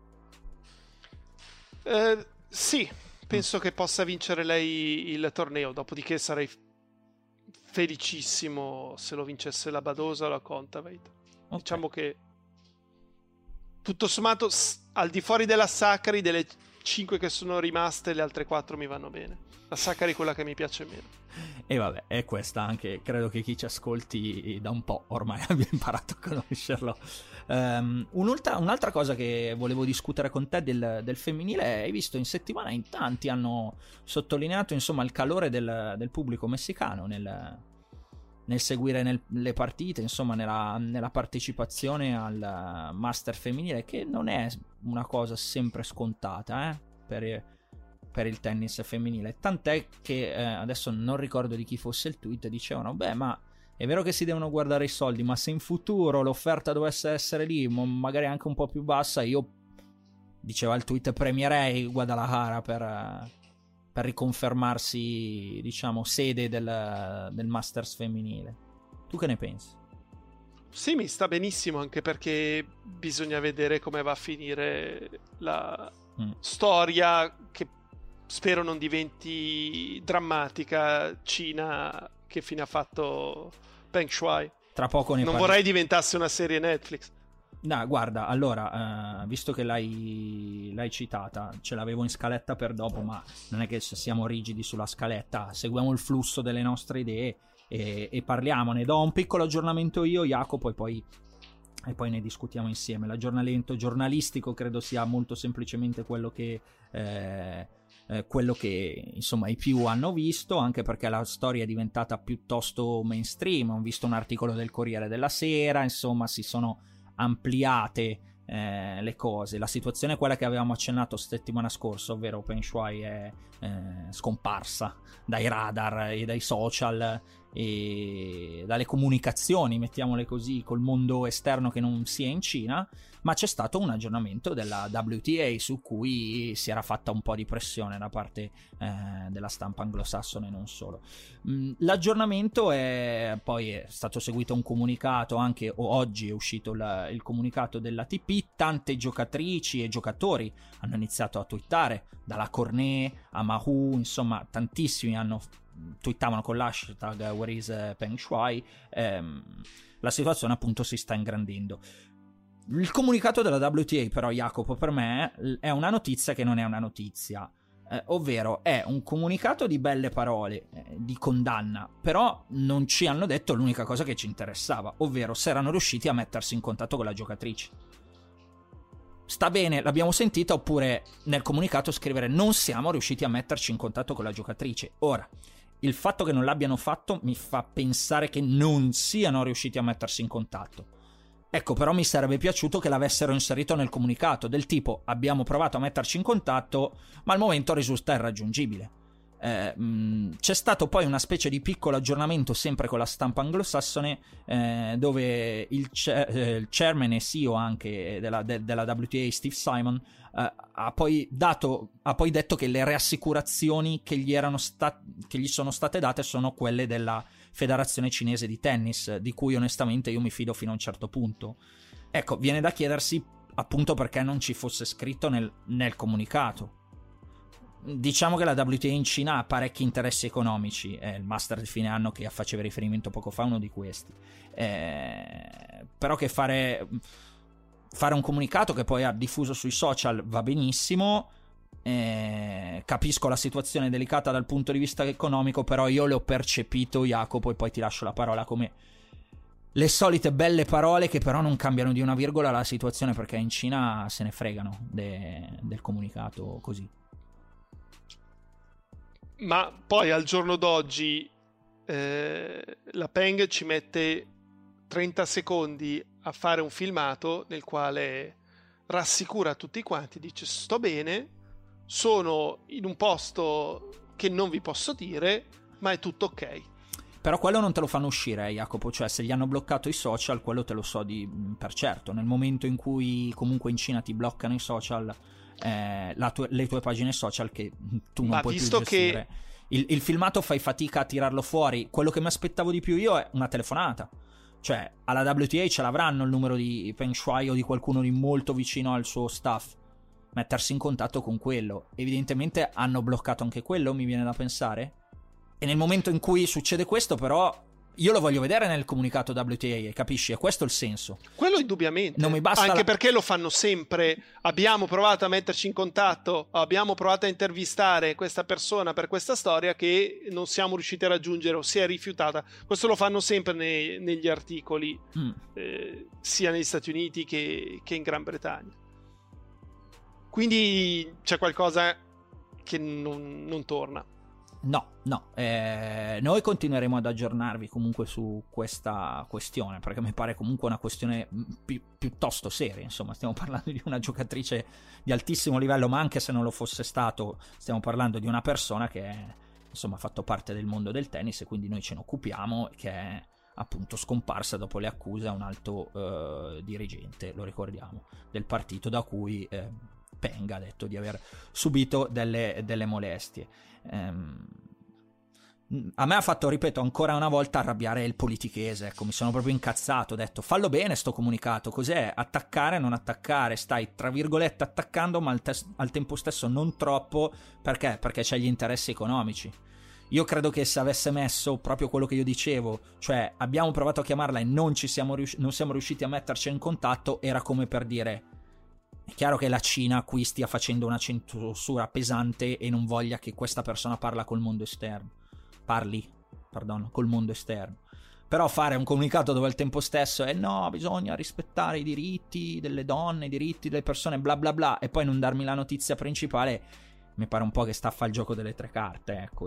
Sì, penso che possa vincere lei il torneo, dopodiché sarei felicissimo se lo vincesse la Badosa o la Kontaveit. Okay. Diciamo che tutto sommato, al di fuori della Sakkari, delle 5 che sono rimaste, le altre 4 mi vanno bene. La Sakkari è quella che mi piace meno. E vabbè, è questa anche, credo che chi ci ascolti da un po' ormai abbia imparato a conoscerlo. Un'altra cosa che volevo discutere con te del femminile, hai visto in settimana in tanti hanno sottolineato, insomma, il calore del pubblico messicano nel seguire le partite, insomma, nella partecipazione al Master femminile, che non è una cosa sempre scontata per il tennis femminile, tant'è che adesso non ricordo di chi fosse il tweet, dicevano: beh, ma è vero che si devono guardare i soldi, ma se in futuro l'offerta dovesse essere lì, magari anche un po' più bassa, io, diceva il tweet, premierei Guadalajara per riconfermarsi, diciamo, sede del Masters femminile. Tu che ne pensi? Sì, mi sta benissimo, anche perché bisogna vedere come va a finire la storia, che spero non diventi drammatica. Cina, che fine ha fatto Peng Shuai? Tra poco non vorrei diventasse una serie Netflix. No, guarda, allora, visto che l'hai citata, ce l'avevo in scaletta per dopo, ma non è che siamo rigidi sulla scaletta, seguiamo il flusso delle nostre idee e parliamone. Do un piccolo aggiornamento io, Jacopo, e poi ne discutiamo insieme. L'aggiornamento giornalistico credo sia molto semplicemente quello che insomma i più hanno visto, anche perché la storia è diventata piuttosto mainstream. Ho visto un articolo del Corriere della Sera, insomma si sono ampliate le cose. La situazione è quella che avevamo accennato settimana scorsa, ovvero Peng Shuai è scomparsa dai radar e dai social e dalle comunicazioni, mettiamole così, col mondo esterno che non sia in Cina, ma c'è stato un aggiornamento della WTA su cui si era fatta un po' di pressione da parte della stampa anglosassone e non solo. L'aggiornamento poi è stato seguito un comunicato, anche oggi è uscito il comunicato dell'ATP. Tante giocatrici e giocatori hanno iniziato a twittare, dalla Cornet a Mahou, insomma tantissimi hanno twittavano con l'hashtag Where is Peng Shuai, la situazione appunto si sta ingrandendo. Il comunicato della WTA però, Jacopo, per me è una notizia che non è una notizia, ovvero è un comunicato di belle parole, di condanna, però non ci hanno detto l'unica cosa che ci interessava, ovvero se erano riusciti a mettersi in contatto con la giocatrice. Sta bene, l'abbiamo sentita, oppure nel comunicato scrivere non siamo riusciti a metterci in contatto con la giocatrice. Ora, il fatto che non l'abbiano fatto mi fa pensare che non siano riusciti a mettersi in contatto. Ecco, però mi sarebbe piaciuto che l'avessero inserito nel comunicato, del tipo abbiamo provato a metterci in contatto, ma al momento risulta irraggiungibile. C'è stato poi una specie di piccolo aggiornamento sempre con la stampa anglosassone, dove il chairman e CEO anche della WTA, Steve Simon, ha poi detto che le rassicurazioni che gli sono state date sono quelle della Federazione Cinese di Tennis, di cui onestamente io mi fido fino a un certo punto. Ecco, viene da chiedersi appunto perché non ci fosse scritto nel comunicato. Diciamo che la WTA in Cina ha parecchi interessi economici, il master di fine anno che faceva riferimento poco fa uno di questi, però che fare un comunicato che poi ha diffuso sui social va benissimo. Capisco la situazione delicata dal punto di vista economico, però io l'ho percepito, Jacopo, e poi ti lascio la parola, come le solite belle parole che però non cambiano di una virgola la situazione, perché in Cina se ne fregano del comunicato così. Ma poi al giorno d'oggi la Peng ci mette 30 secondi a fare un filmato nel quale rassicura tutti quanti, dice sto bene, sono in un posto che non vi posso dire, ma è tutto ok. Però quello non te lo fanno uscire, Jacopo, cioè se gli hanno bloccato i social, quello te lo so per certo. Nel momento in cui comunque in Cina ti bloccano i social, le tue pagine social, che tu non puoi più gestire, il filmato fai fatica a tirarlo fuori. Quello che mi aspettavo di più io è una telefonata, cioè alla WTA ce l'avranno il numero di Peng Shuai o di qualcuno di molto vicino al suo staff, mettersi in contatto con quello. Evidentemente hanno bloccato anche quello, mi viene da pensare, e nel momento in cui succede questo però io lo voglio vedere nel comunicato WTA, capisci? È questo il senso. Quello indubbiamente. Non mi basta anche perché lo fanno sempre. Abbiamo provato a metterci in contatto, abbiamo provato a intervistare questa persona per questa storia che non siamo riusciti a raggiungere o si è rifiutata. Questo lo fanno sempre negli articoli, sia negli Stati Uniti che in Gran Bretagna. Quindi c'è qualcosa che non torna. No, noi continueremo ad aggiornarvi comunque su questa questione, perché mi pare comunque una questione piuttosto seria. Insomma, stiamo parlando di una giocatrice di altissimo livello, ma anche se non lo fosse stato, stiamo parlando di una persona che è, insomma, ha fatto parte del mondo del tennis, e quindi noi ce ne occupiamo, che è appunto scomparsa dopo le accuse a un alto dirigente, lo ricordiamo, del partito da cui Peng ha detto di aver subito delle molestie. A me ha fatto, ripeto ancora una volta, arrabbiare il politichese. Ecco, mi sono proprio incazzato, ho detto fallo bene sto comunicato, cos'è? Attaccare, non attaccare, stai tra virgolette attaccando, ma al tempo stesso non troppo. Perché? Perché c'è gli interessi economici. Io credo che se avesse messo proprio quello che io dicevo, cioè abbiamo provato a chiamarla e non siamo riusciti a metterci in contatto, era come per dire: è chiaro che la Cina qui stia facendo una censura pesante e non voglia che questa persona parli col mondo esterno. Però fare un comunicato dove al tempo stesso è no, bisogna rispettare i diritti delle donne, i diritti delle persone, bla bla bla, e poi non darmi la notizia principale, mi pare un po' che sta a fare il gioco delle tre carte, ecco.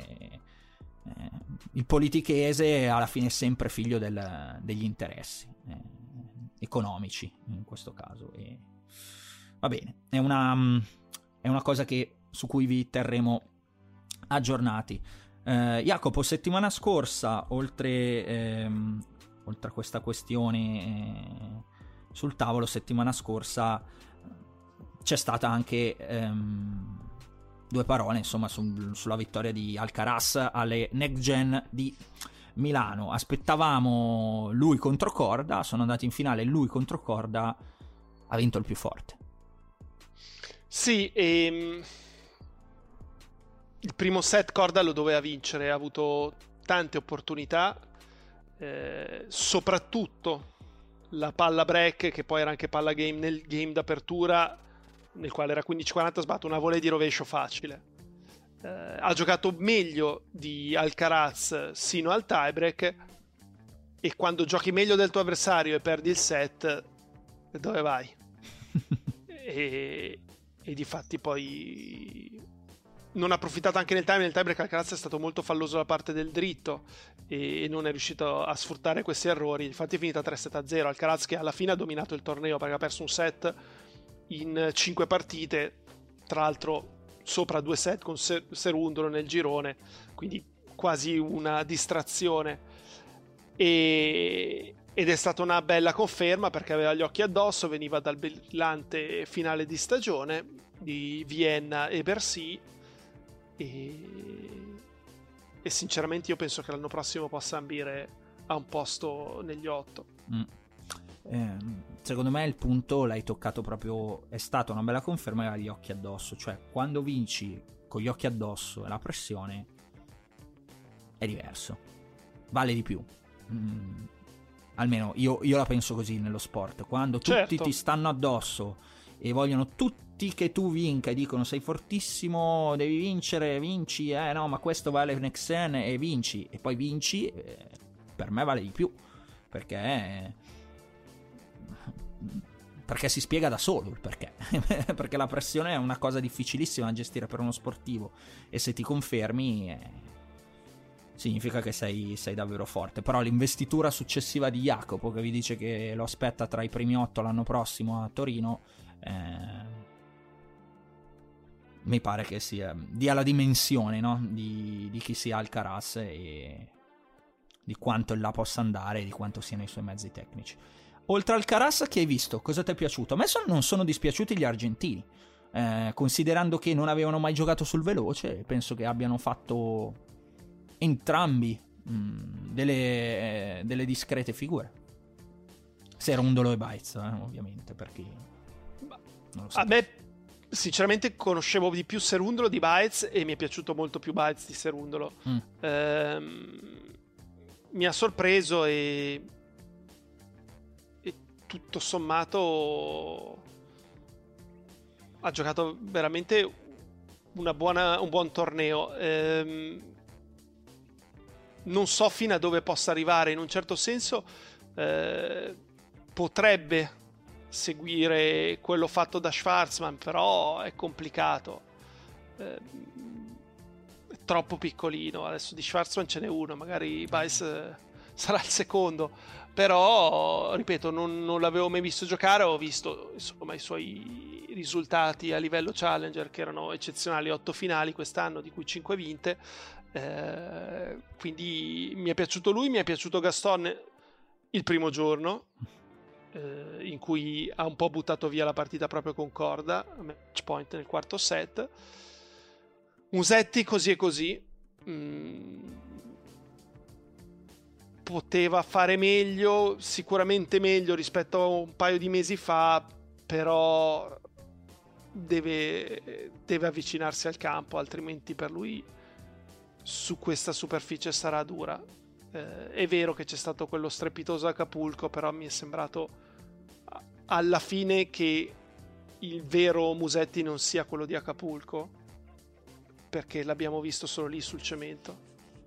Il politichese alla fine è sempre figlio degli interessi economici in questo caso, e va bene, è una cosa su cui vi terremo aggiornati. Jacopo, settimana scorsa, oltre a questa questione sul tavolo, settimana scorsa c'è stata anche due parole, insomma, sulla vittoria di Alcaraz alle Next Gen di Milano. Aspettavamo lui contro Korda, sono andati in finale lui contro Korda, ha vinto il più forte. Sì, il primo set Corda lo doveva vincere, ha avuto tante opportunità, soprattutto la palla break, che poi era anche palla game nel game d'apertura, nel quale era 15-40, ha sbattuto una volée di rovescio facile. Ha giocato meglio di Alcaraz sino al tiebreak, e quando giochi meglio del tuo avversario e perdi il set, dove vai? e difatti poi non ha approfittato anche nel tiebreak. Alcaraz è stato molto falloso da parte del dritto e non è riuscito a sfruttare questi errori. Infatti è finita 3-7-0. Alcaraz, che alla fine ha dominato il torneo perché ha perso un set in 5 partite, tra l'altro sopra 2 set con Cerundolo nel girone, quindi quasi una distrazione, ed è stata una bella conferma perché aveva gli occhi addosso, veniva dal brillante finale di stagione di Vienna e Bercy, e sinceramente io penso che l'anno prossimo possa ambire a un posto negli 8. Secondo me il punto l'hai toccato proprio, è stata una bella conferma, aveva gli occhi addosso, cioè quando vinci con gli occhi addosso e la pressione è diverso, vale di più. Almeno io la penso così nello sport, quando tutti ti stanno addosso e vogliono tutti che tu vinca e dicono sei fortissimo, devi vincere, vinci, no ma questo vale Nexen, e vinci, e poi vinci, per me vale di più, perché si spiega da solo il perché. Perché la pressione è una cosa difficilissima da gestire per uno sportivo, e se ti confermi significa che sei davvero forte. Però l'investitura successiva di Jacopo, che vi dice che lo aspetta tra i primi 8 l'anno prossimo a Torino, mi pare che dia la dimensione, no? di chi sia Alcaraz e di quanto in là possa andare e di quanto siano i suoi mezzi tecnici. Oltre al Alcaraz, chi hai visto? Cosa ti è piaciuto? A me non sono dispiaciuti gli argentini, considerando che non avevano mai giocato sul veloce. Penso che abbiano fatto entrambi delle discrete figure. Cerundolo e Baez, ovviamente, per chi non lo sa. A me sinceramente conoscevo di più Cerundolo di Baez, e mi è piaciuto molto più Baez di Cerundolo. Mi ha sorpreso e tutto sommato ha giocato veramente un buon torneo. Non so fino a dove possa arrivare, in un certo senso potrebbe seguire quello fatto da Schwartzman, però è complicato, è troppo piccolino. Adesso di Schwartzman ce n'è uno, magari Baez sarà il secondo, però ripeto, non l'avevo mai visto giocare. Ho visto insomma i suoi risultati a livello challenger, che erano eccezionali, 8 finali quest'anno, di cui 5 vinte, quindi mi è piaciuto lui. Mi è piaciuto Gaston il primo giorno, in cui ha un po' buttato via la partita proprio con Corda, match point nel quarto set. Musetti così e così, poteva fare meglio, sicuramente meglio rispetto a un paio di mesi fa, però deve avvicinarsi al campo, altrimenti per lui su questa superficie sarà dura. È vero che c'è stato quello strepitoso Acapulco, però mi è sembrato alla fine che il vero Musetti non sia quello di Acapulco, perché l'abbiamo visto solo lì sul cemento.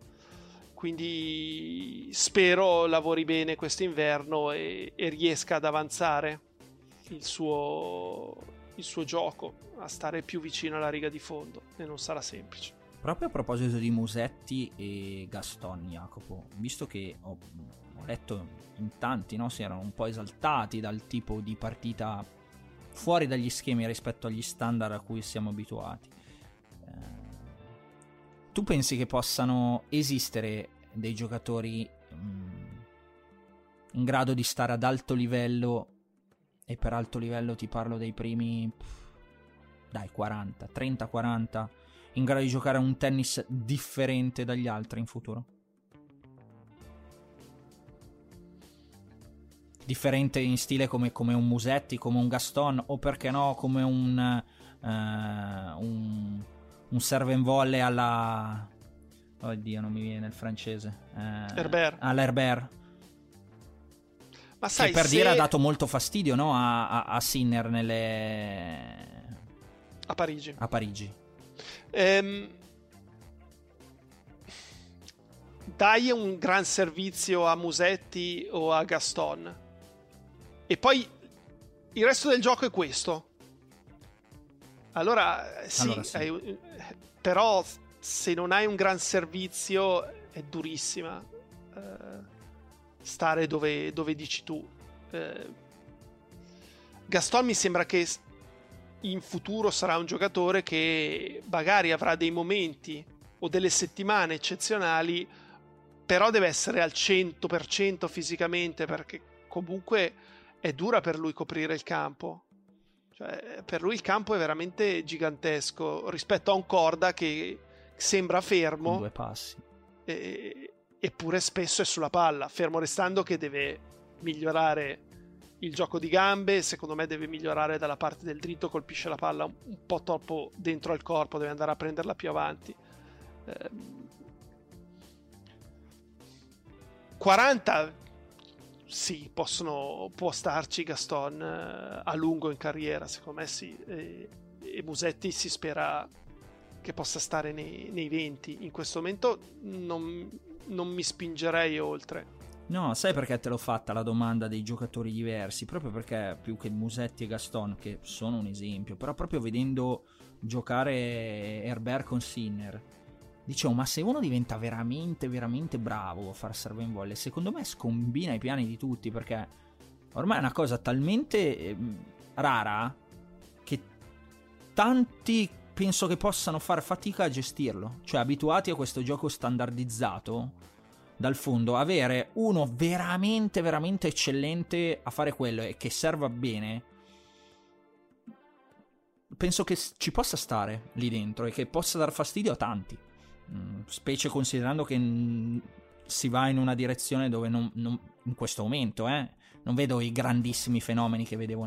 Quindi spero lavori bene quest'inverno e riesca ad avanzare il suo gioco, a stare più vicino alla riga di fondo, e non sarà semplice. Proprio a proposito di Musetti e Gaston, Jacopo, visto che ho letto in tanti, no, si erano un po' esaltati dal tipo di partita fuori dagli schemi rispetto agli standard a cui siamo abituati, tu pensi che possano esistere dei giocatori in grado di stare ad alto livello, e per alto livello ti parlo dei primi 30-40, in grado di giocare a un tennis differente dagli altri in futuro? Differente in stile come un Musetti, come un Gaston, o perché no come un un serve and volley alla... Oddio, non mi viene il francese. Herbert. All'Herbert. Ma sai, che per dire ha dato molto fastidio, no? A Sinner nelle... A Parigi. Dai un gran servizio a Musetti o a Gaston e poi il resto del gioco è questo. Allora sì. Però se non hai un gran servizio è durissima stare dove dici tu. Gaston mi sembra che in futuro sarà un giocatore che magari avrà dei momenti o delle settimane eccezionali, però deve essere al 100% fisicamente, perché comunque è dura per lui coprire il campo. Cioè, per lui il campo è veramente gigantesco rispetto a un Korda che sembra fermo con 2 passi eppure spesso è sulla palla, fermo restando che deve migliorare il gioco di gambe. Secondo me deve migliorare dalla parte del dritto, colpisce la palla un po' troppo dentro al corpo, deve andare a prenderla più avanti. 40 sì, può starci Gaston a lungo in carriera, secondo me sì, e Musetti si spera che possa stare nei 20. In questo momento non mi spingerei oltre. No, sai perché te l'ho fatta la domanda dei giocatori diversi? Proprio perché più che Musetti e Gaston, che sono un esempio, però proprio vedendo giocare Herbert con Sinner, dicevo, ma se uno diventa veramente veramente bravo a far serve in volley, secondo me scombina i piani di tutti, perché ormai è una cosa talmente rara che tanti penso che possano far fatica a gestirlo, cioè abituati a questo gioco standardizzato dal fondo, avere uno veramente veramente eccellente a fare quello e che serva bene, penso che ci possa stare lì dentro e che possa dar fastidio a tanti, specie considerando che si va in una direzione dove non in questo momento non vedo i grandissimi fenomeni che vedevo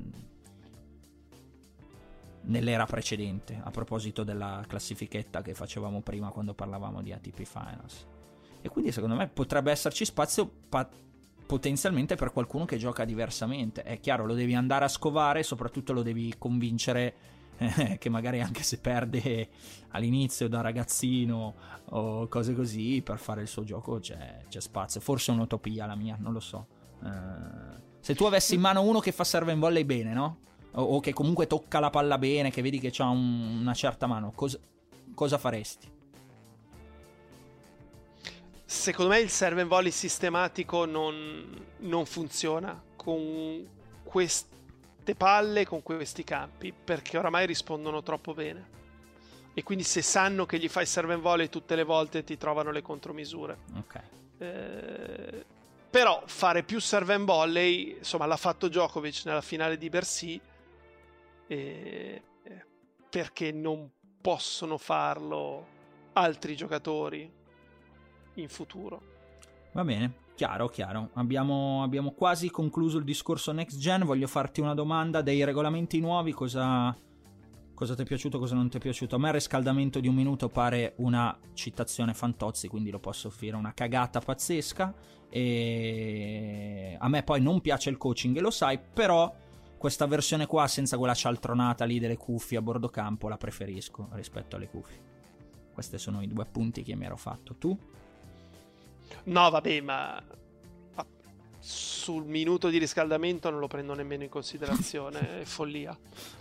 nell'era precedente, a proposito della classifichetta che facevamo prima quando parlavamo di ATP Finals. E quindi secondo me potrebbe esserci spazio potenzialmente per qualcuno che gioca diversamente. È chiaro, lo devi andare a scovare, soprattutto lo devi convincere che magari anche se perde all'inizio da ragazzino o cose così, per fare il suo gioco c'è spazio. Forse è un'utopia la mia, non lo so. Se tu avessi in mano uno che fa serve in volley bene, no? O che comunque tocca la palla bene, che vedi che c'ha una certa mano, cosa faresti? Secondo me il serve and volley sistematico non funziona con queste palle, con questi campi, perché oramai rispondono troppo bene. E quindi se sanno che gli fai serve and volley tutte le volte ti trovano le contromisure. Ok. Però fare più serve and volley, insomma, l'ha fatto Djokovic nella finale di Bercy, perché non possono farlo altri giocatori in futuro. Va bene, chiaro. Abbiamo quasi concluso il discorso next gen. Voglio farti una domanda dei regolamenti nuovi. Cosa ti è piaciuto, cosa non ti è piaciuto? A me il riscaldamento di 1 minuto pare una citazione Fantozzi, quindi lo posso offrire, una cagata pazzesca. E a me poi non piace il coaching, e lo sai, però questa versione qua senza quella cialtronata lì delle cuffie a bordo campo la preferisco rispetto alle cuffie. Questi sono i 2 appunti che mi ero fatto. Tu? No, vabbè, ma sul minuto di riscaldamento non lo prendo nemmeno in considerazione, è follia.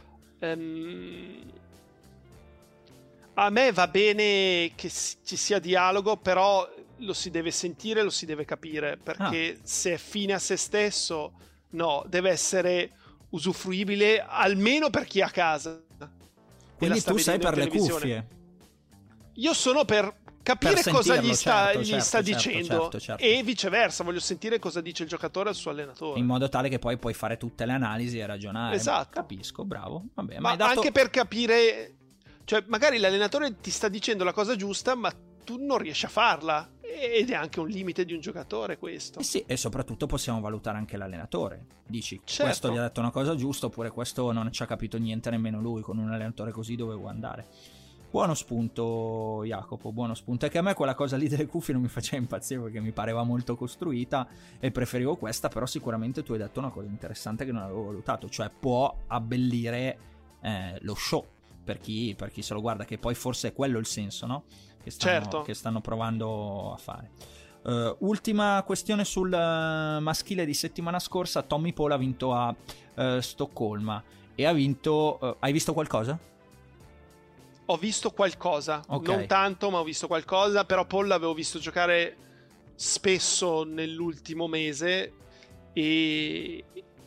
A me va bene che ci sia dialogo, però lo si deve sentire, lo si deve capire, perché se è fine a se stesso, no, deve essere usufruibile almeno per chi è a casa. Quindi tu sei per le cuffie? Io sono per capire cosa gli sta dicendo, certo. E viceversa, voglio sentire cosa dice il giocatore al suo allenatore, in modo tale che poi puoi fare tutte le analisi e ragionare. Esatto. Capisco, bravo. Vabbè, ma anche per capire, cioè magari l'allenatore ti sta dicendo la cosa giusta ma tu non riesci a farla, ed è anche un limite di un giocatore questo. Sì, e soprattutto possiamo valutare anche l'allenatore. Dici, certo, questo gli ha detto una cosa giusta, oppure questo non ci ha capito niente nemmeno lui, con un allenatore così dove vuoi andare. Buono spunto, Jacopo, buono spunto. È che a me quella cosa lì delle cuffie non mi faceva impazzire perché mi pareva molto costruita e preferivo questa, però sicuramente tu hai detto una cosa interessante che non avevo valutato, cioè può abbellire lo show per chi se lo guarda, che poi forse è quello il senso, no? Che stanno provando a fare. Ultima questione sul maschile di settimana scorsa. Tommy Paul ha vinto a Stoccolma e ha vinto... hai visto qualcosa? Ho visto qualcosa, okay. Non tanto, ma ho visto qualcosa. Però Paul l'avevo visto giocare spesso nell'ultimo mese e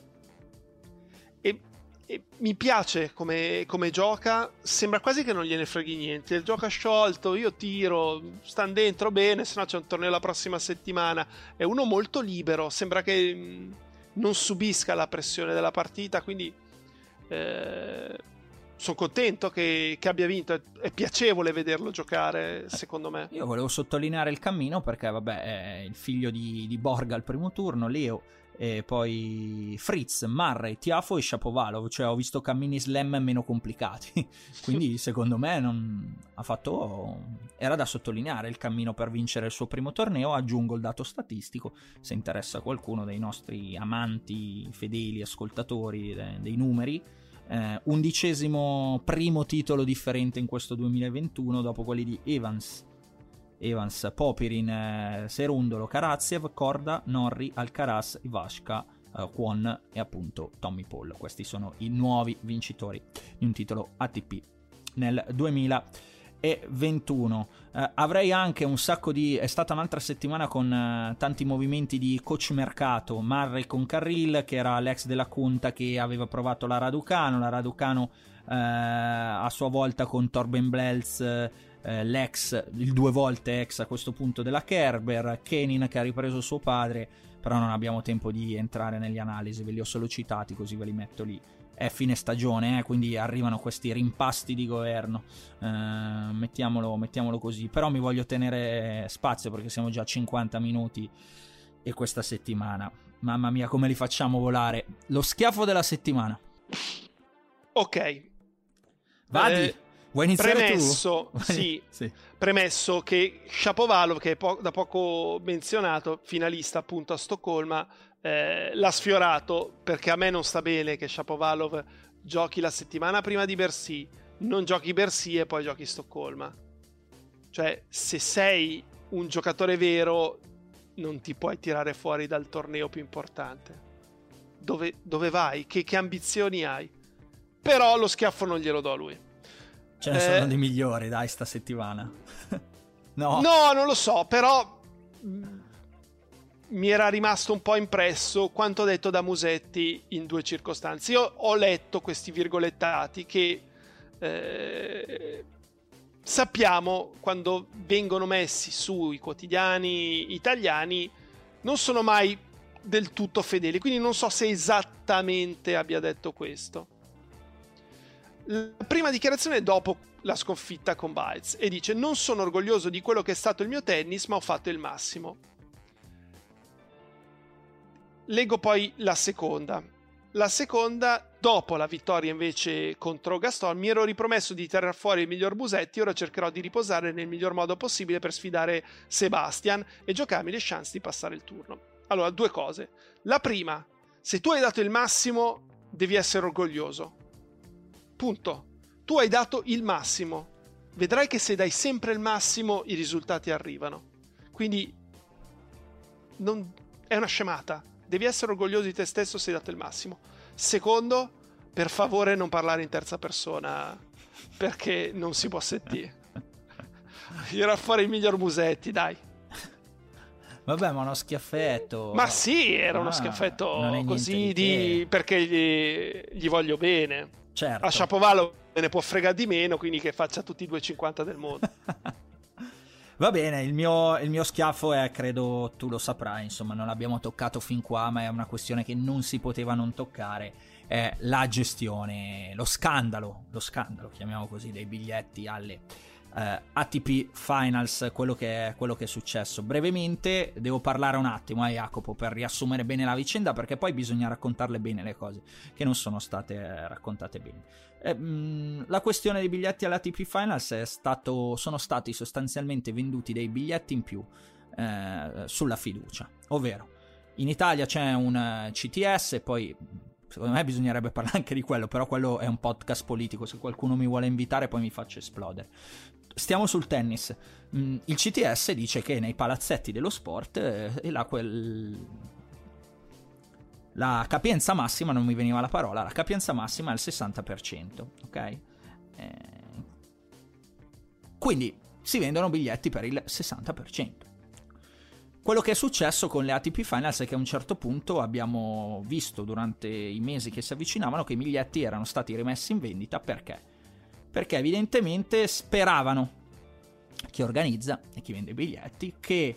mi piace come gioca. Sembra quasi che non gliene freghi niente. Il gioco sciolto, io tiro, stanno dentro bene, se no c'è un torneo la prossima settimana. È uno molto libero, sembra che non subisca la pressione della partita, quindi sono contento che abbia vinto. È piacevole vederlo giocare, secondo me. Io volevo sottolineare il cammino perché vabbè è il figlio di Borga al primo turno, Leo, e poi Fritz, Murray, Tiafo e Shapovalov, cioè ho visto cammini slam meno complicati, quindi secondo me era da sottolineare il cammino per vincere il suo primo torneo. Aggiungo il dato statistico, se interessa qualcuno dei nostri amanti, fedeli ascoltatori dei numeri. 11° primo titolo differente in questo 2021 dopo quelli di Evans, Popirin, Serundolo, Karatsev, Korda, Norrie, Alcaraz, Ivashka, Kwon e appunto Tommy Paul. Questi sono i nuovi vincitori di un titolo ATP nel 2021. Avrei anche un sacco è stata un'altra settimana con tanti movimenti di coach mercato. Murray con Carril, che era l'ex della Conta che aveva provato la Raducanu a sua volta con Torben Blels, il 2 volte ex a questo punto della Kerber, Kenin che ha ripreso suo padre, però non abbiamo tempo di entrare negli analisi, ve li ho solo citati così ve li metto lì. È fine stagione, quindi arrivano questi rimpasti di governo, mettiamolo così. Però mi voglio tenere spazio perché siamo già a 50 minuti e questa settimana, mamma mia come li facciamo volare. Lo schiaffo della settimana. Ok, Vadi. Vuoi iniziare premesso, tu? Sì. Sì. Premesso che Shapovalov, che è da poco menzionato, finalista appunto a Stoccolma, l'ha sfiorato, perché a me non sta bene che Shapovalov giochi la settimana prima di Bercy, non giochi Bercy e poi giochi Stoccolma. Cioè, se sei un giocatore vero non ti puoi tirare fuori dal torneo più importante. Dove vai? Che ambizioni hai? Però lo schiaffo non glielo do a lui. Ce ne sono di migliori, dai, sta settimana. No, non lo so, però mi era rimasto un po' impresso quanto detto da Musetti in 2 circostanze. Io ho letto questi virgolettati che sappiamo, quando vengono messi sui quotidiani italiani, non sono mai del tutto fedeli, quindi non so se esattamente abbia detto questo. La prima dichiarazione è dopo la sconfitta con Biles e dice: non sono orgoglioso di quello che è stato il mio tennis, ma ho fatto il massimo. Leggo poi la seconda, dopo la vittoria invece contro Gaston, mi ero ripromesso di tirare fuori il miglior Musetti, ora cercherò di riposare nel miglior modo possibile per sfidare Sebastian e giocarmi le chance di passare il turno. Allora, 2 cose. La prima, se tu hai dato il massimo devi essere orgoglioso. Punto. Tu hai dato il massimo. Vedrai che se dai sempre il massimo i risultati arrivano. Quindi è una scemata. Devi essere orgoglioso di te stesso se hai dato il massimo. Secondo, per favore non parlare in terza persona perché non si può sentire. Era fuori il miglior Musetti, dai. Vabbè, ma uno schiaffetto. Ma sì, era uno schiaffetto così perché gli voglio bene. Certo. A Shapovalov me ne può fregare di meno, quindi che faccia tutti i 2,50 del mondo. Va bene, il mio schiaffo è, credo tu lo saprai, insomma, non l'abbiamo toccato fin qua, ma è una questione che non si poteva non toccare, è la gestione, lo scandalo, chiamiamo così, dei biglietti alle ATP Finals, quello che è successo. Brevemente devo parlare un attimo a Jacopo per riassumere bene la vicenda, perché poi bisogna raccontarle bene le cose che non sono state raccontate bene. La questione dei biglietti all'ATP Finals sono stati sostanzialmente venduti dei biglietti in più sulla fiducia, ovvero in Italia c'è un CTS, poi secondo me bisognerebbe parlare anche di quello, però quello è un podcast politico, se qualcuno mi vuole invitare poi mi faccio esplodere. Stiamo sul tennis. Il CTS dice che nei palazzetti dello sport la capienza massima, non mi veniva la parola, la capienza massima è il 60%, ok? Quindi si vendono biglietti per il 60%. Quello che è successo con le ATP Finals è che a un certo punto abbiamo visto durante i mesi che si avvicinavano che i biglietti erano stati rimessi in vendita. Perché? Perché evidentemente speravano chi organizza e chi vende i biglietti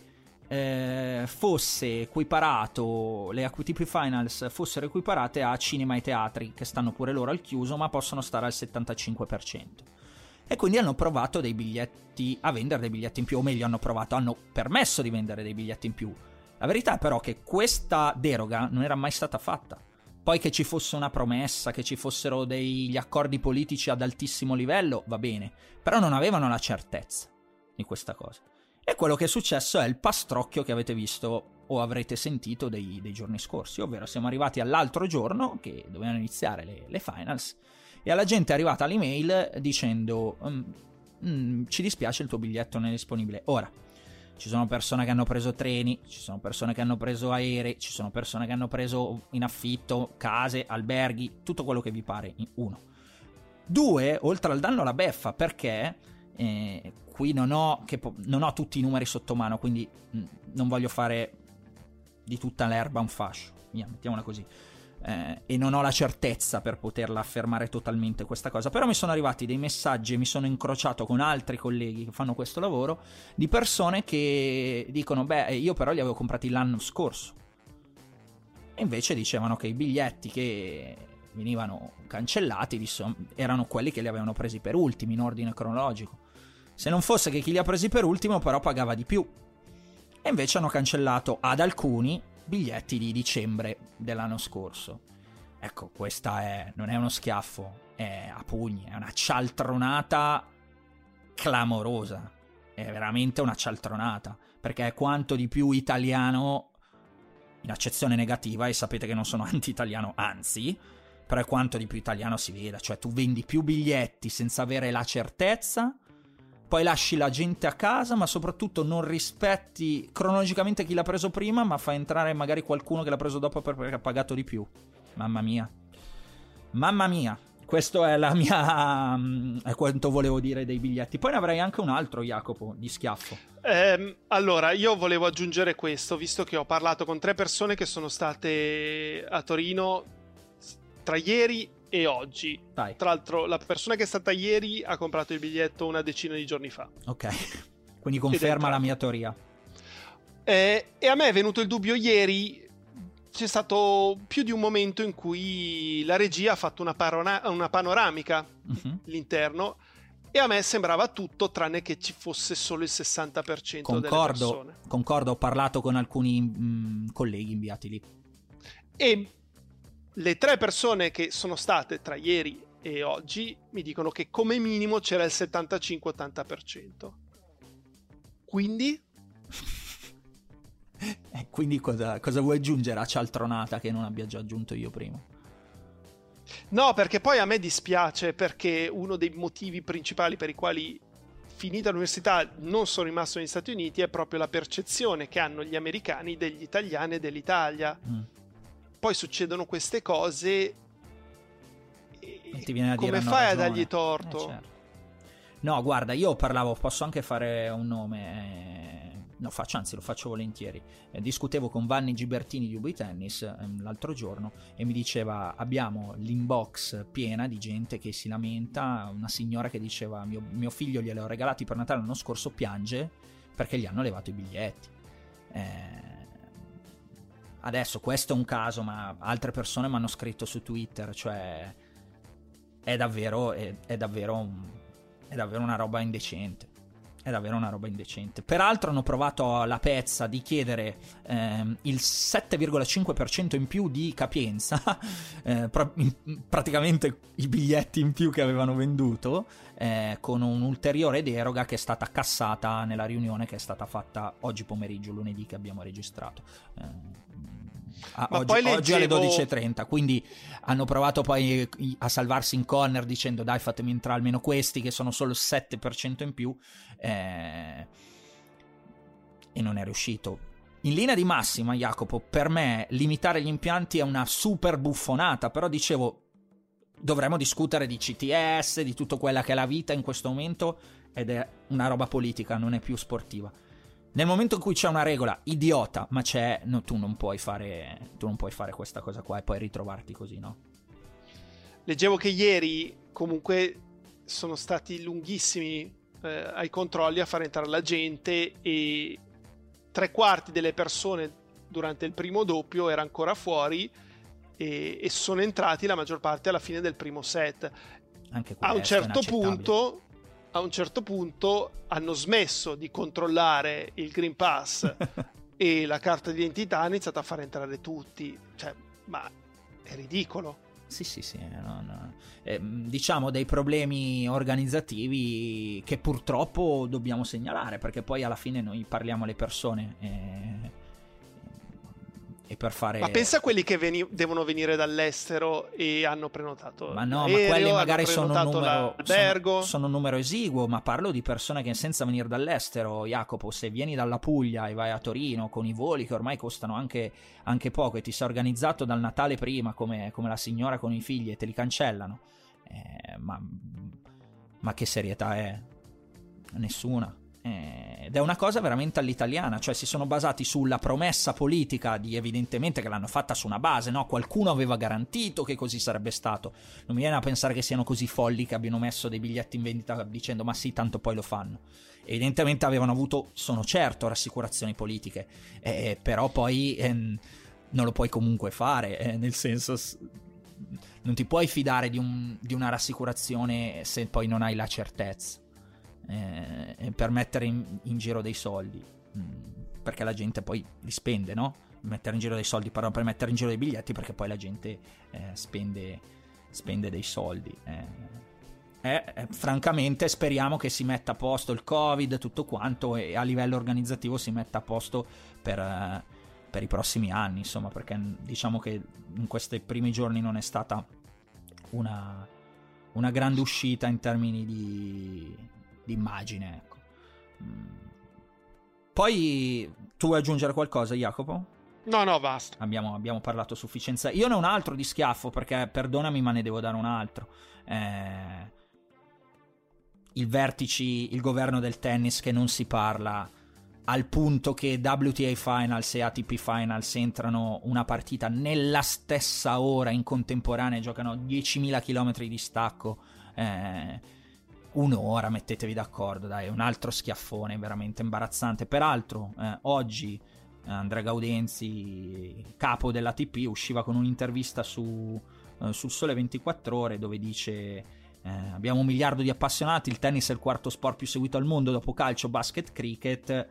che fosse equiparato, le ATP Finals fossero equiparate a cinema e teatri, che stanno pure loro al chiuso ma possono stare al 75%. E quindi hanno provato a vendere dei biglietti in più, o meglio hanno permesso di vendere dei biglietti in più. La verità è però che questa deroga non era mai stata fatta. Poi che ci fosse una promessa, che ci fossero degli accordi politici ad altissimo livello, va bene, però non avevano la certezza di questa cosa. E quello che è successo è il pastrocchio che avete visto o avrete sentito dei giorni scorsi, ovvero siamo arrivati all'altro giorno che dovevano iniziare le finals, e alla gente è arrivata l'email dicendo ci dispiace, il tuo biglietto non è disponibile. Ora, ci sono persone che hanno preso treni, ci sono persone che hanno preso aerei, ci sono persone che hanno preso in affitto case, alberghi, tutto quello che vi pare. Uno. Due, oltre al danno alla beffa, perché qui non ho tutti i numeri sotto mano, quindi non voglio fare di tutta l'erba un fascio, mettiamola così. E non ho la certezza per poterla affermare totalmente questa cosa, però mi sono arrivati dei messaggi e mi sono incrociato con altri colleghi che fanno questo lavoro, di persone che dicono io però li avevo comprati l'anno scorso, e invece dicevano che i biglietti che venivano cancellati erano quelli che li avevano presi per ultimi in ordine cronologico, se non fosse che chi li ha presi per ultimo però pagava di più, e invece hanno cancellato ad alcuni biglietti di dicembre dell'anno scorso. Ecco, questa non è uno schiaffo, è a pugni, è una cialtronata clamorosa, è veramente una cialtronata, perché è quanto di più italiano, in accezione negativa, e sapete che non sono anti-italiano, anzi, però è quanto di più italiano si veda, cioè tu vendi più biglietti senza avere la certezza, poi lasci la gente a casa, ma soprattutto non rispetti cronologicamente chi l'ha preso prima, ma fa entrare magari qualcuno che l'ha preso dopo perché ha pagato di più. Mamma mia, questo è è quanto volevo dire dei biglietti. Poi ne avrei anche un altro, Jacopo, di schiaffo. Allora, io volevo aggiungere questo, visto che ho parlato con 3 persone che sono state a Torino tra ieri e oggi. Dai. Tra l'altro la persona che è stata ieri ha comprato il biglietto una decina di giorni fa. Ok, quindi conferma la mia teoria. E a me è venuto il dubbio ieri, c'è stato più di un momento in cui la regia ha fatto una panoramica all'interno, e a me sembrava tutto tranne che ci fosse solo il 60% delle persone. Concordo, ho parlato con alcuni colleghi inviati lì. E le 3 persone che sono state tra ieri e oggi mi dicono che come minimo c'era il 75-80%. Quindi? Quindi cosa vuoi aggiungere a cialtronata che non abbia già aggiunto io prima? No, perché poi a me dispiace, perché uno dei motivi principali per i quali, finita l'università, non sono rimasto negli Stati Uniti è proprio la percezione che hanno gli americani degli italiani e dell'Italia. Poi succedono queste cose e ti viene a come dire fai ragione. A dargli torto? Certo. No, guarda, io parlavo, posso anche fare un nome, lo faccio volentieri. Discutevo con Vanni Gibertini di UB Tennis l'altro giorno e mi diceva: abbiamo l'inbox piena di gente che si lamenta, una signora che diceva mio figlio gliel'ho regalati per Natale l'anno scorso, piange perché gli hanno levato i biglietti. Adesso questo è un caso, ma altre persone mi hanno scritto su Twitter, cioè è davvero una roba indecente. È davvero una roba indecente. Peraltro hanno provato la pezza di chiedere il 7,5% in più di capienza, praticamente i biglietti in più che avevano venduto, con un'ulteriore deroga che è stata cassata nella riunione che è stata fatta oggi pomeriggio, lunedì, che abbiamo registrato. Oggi alle 12:30, quindi hanno provato poi a salvarsi in corner dicendo dai, fatemi entrare almeno questi che sono solo il 7% in più, e non è riuscito. In linea di massima, Jacopo, per me limitare gli impianti è una super buffonata, però dicevo dovremmo discutere di CTS, di tutto quella che è la vita in questo momento, ed è una roba politica, non è più sportiva. Nel momento in cui c'è una regola idiota, ma c'è, no, tu non puoi fare questa cosa qua e poi ritrovarti così, no? Leggevo che ieri comunque sono stati lunghissimi ai controlli a far entrare la gente, e 3/4 delle persone durante il primo doppio era ancora fuori, e sono entrati la maggior parte alla fine del primo set. Anche a un certo punto hanno smesso di controllare il Green Pass e la carta d'identità, hanno iniziato a far entrare tutti. Cioè, ma è ridicolo. Sì, diciamo dei problemi organizzativi che purtroppo dobbiamo segnalare, perché poi alla fine noi parliamo alle persone e per fare... Ma pensa a quelli che devono venire dall'estero e hanno prenotato. Ma no, l'aereo, ma quelli magari sono un numero esiguo, ma parlo di persone che senza venire dall'estero, Jacopo, se vieni dalla Puglia e vai a Torino con i voli che ormai costano anche poco e ti sei organizzato dal Natale prima come la signora con i figli e te li cancellano, ma che serietà è? Nessuna. Ed è una cosa veramente all'italiana, cioè si sono basati sulla promessa politica di, evidentemente, che l'hanno fatta su una base, no? Qualcuno aveva garantito che così sarebbe stato. Non mi viene a pensare che siano così folli che abbiano messo dei biglietti in vendita dicendo ma sì, tanto poi lo fanno. Evidentemente avevano avuto, sono certo, rassicurazioni politiche, però poi non lo puoi comunque fare, nel senso, non ti puoi fidare di una rassicurazione se poi non hai la certezza. Per mettere in giro dei soldi, perché la gente poi li spende, no? Mettere in giro dei soldi, però per mettere in giro dei biglietti, perché poi la gente spende dei soldi. Francamente speriamo che si metta a posto il Covid, tutto quanto, e a livello organizzativo si metta a posto per i prossimi anni, insomma, perché diciamo che in questi primi giorni non è stata una grande uscita in termini di immagine, ecco. Poi tu vuoi aggiungere qualcosa, Jacopo? No, basta. Abbiamo parlato a sufficienza. Io ne ho un altro di schiaffo, perché perdonami ma ne devo dare un altro. Il governo del tennis che non si parla, al punto che WTA Finals e ATP Finals entrano una partita nella stessa ora in contemporanea e giocano 10.000 km di stacco. Un'ora, mettetevi d'accordo, dai, un altro schiaffone veramente imbarazzante. Peraltro oggi Andrea Gaudenzi, capo dell'ATP, usciva con un'intervista sul Sole 24 Ore dove dice abbiamo 1 miliardo di appassionati, il tennis è il quarto sport più seguito al mondo dopo calcio, basket, cricket,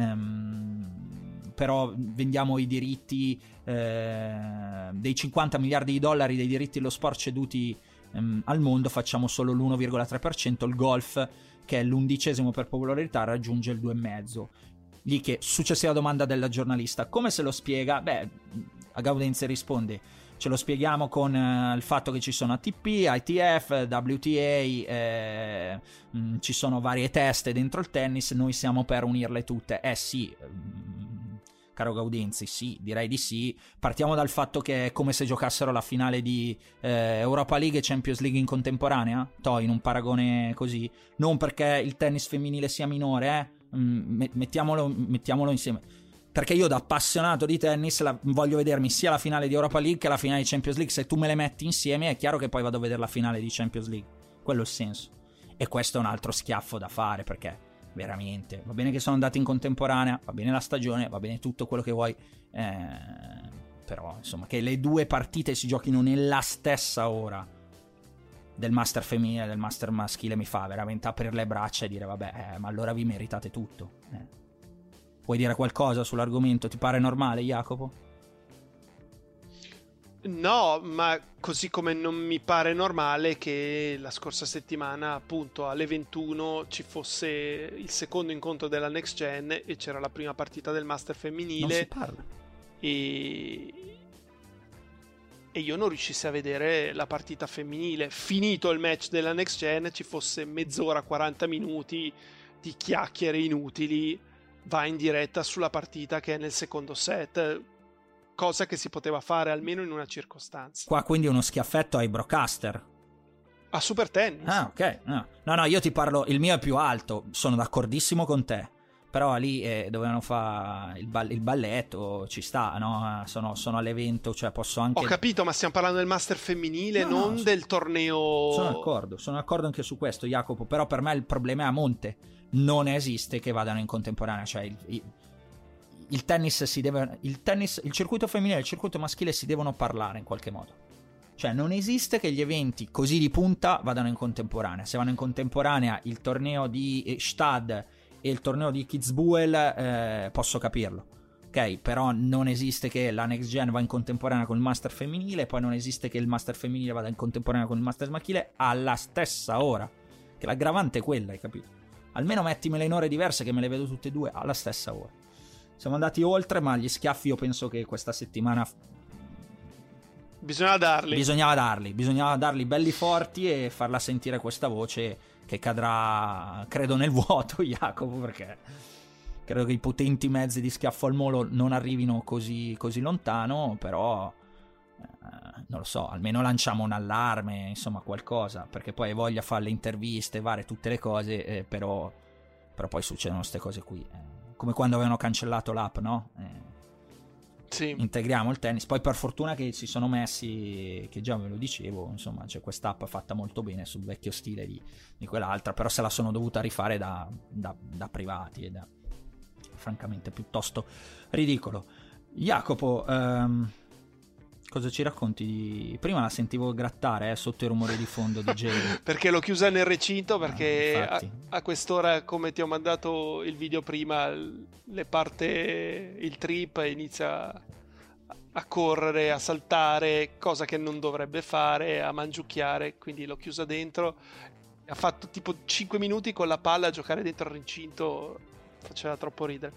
però vendiamo i diritti dei 50 miliardi di dollari dei diritti dello sport ceduti al mondo, facciamo solo l'1,3%. Il golf, che è l'11° per popolarità, raggiunge il 2,5%. Lì che successiva domanda della giornalista, come se lo spiega? Beh, a Gaudenzi risponde: ce lo spieghiamo con il fatto che ci sono ATP, ITF, WTA, ci sono varie teste dentro il tennis, noi siamo per unirle tutte. Sì, caro Gaudenzi, sì, direi di sì. Partiamo dal fatto che è come se giocassero la finale di Europa League e Champions League in contemporanea, in un paragone così, non perché il tennis femminile sia minore, mettiamolo insieme, perché io da appassionato di tennis voglio vedermi sia la finale di Europa League che la finale di Champions League. Se tu me le metti insieme è chiaro che poi vado a vedere la finale di Champions League, quello è il senso. E questo è un altro schiaffo da fare, perché veramente va bene che sono andati in contemporanea, va bene la stagione, va bene tutto quello che vuoi, però insomma che le due partite si giochino nella stessa ora del master femminile e del master maschile mi fa veramente aprire le braccia e dire vabbè, ma allora vi meritate tutto. Puoi dire qualcosa sull'argomento? Ti pare normale, Jacopo? No, ma così come non mi pare normale che la scorsa settimana, appunto, alle 21 ci fosse il secondo incontro della Next Gen e c'era la prima partita del Master femminile. Non si parla. E io non riuscissi a vedere la partita femminile. Finito il match della Next Gen, ci fosse mezz'ora, 40 minuti di chiacchiere inutili, va in diretta sulla partita che è nel secondo set, cosa che si poteva fare almeno in una circostanza. Qua quindi uno schiaffetto ai broadcaster. A Super Tennis. Ah, ok. No, io ti parlo, il mio è più alto, sono d'accordissimo con te. Però lì dovevano fare il balletto, ci sta, no? Sono all'evento, cioè posso anche... Ho capito, ma stiamo parlando del Master femminile, non del torneo... Sono d'accordo anche su questo, Jacopo, però per me il problema è a monte. Non esiste che vadano in contemporanea, cioè il tennis si deve... Il circuito femminile e il circuito maschile si devono parlare in qualche modo. Cioè non esiste che gli eventi così di punta vadano in contemporanea. Se vanno in contemporanea il torneo di Stad e il torneo di Kitzbühel, posso capirlo, ok? Però non esiste che la Next Gen va in contemporanea con il Master femminile, poi non esiste che il Master femminile vada in contemporanea con il Master maschile alla stessa ora, che l'aggravante è quella, hai capito? Almeno mettimele in ore diverse che me le vedo tutte e due alla stessa ora. Siamo andati oltre, ma gli schiaffi io penso che questa settimana bisognava darli belli forti e farla sentire questa voce che cadrà, credo, nel vuoto, Jacopo, perché credo che i potenti mezzi di schiaffo al molo non arrivino così lontano, però non lo so, almeno lanciamo un allarme, insomma qualcosa, perché poi hai voglia fare le interviste, fare tutte le cose, però poi succedono queste cose qui, come quando avevano cancellato l'app, no? Sì. Integriamo il tennis, poi per fortuna che si sono messi, che già ve lo dicevo, insomma c'è quest'app fatta molto bene sul vecchio stile di quell'altra, però se la sono dovuta rifare da privati ed è francamente piuttosto ridicolo. Jacopo, cosa ci racconti prima la sentivo grattare sotto i rumori di fondo di Jay. Perché l'ho chiusa nel recinto, perché a quest'ora, come ti ho mandato il video prima, le parte il trip e inizia a correre, a saltare, cosa che non dovrebbe fare, a mangiucchiare, quindi l'ho chiusa dentro. Ha fatto tipo 5 minuti con la palla a giocare dentro il recinto, faceva troppo ridere.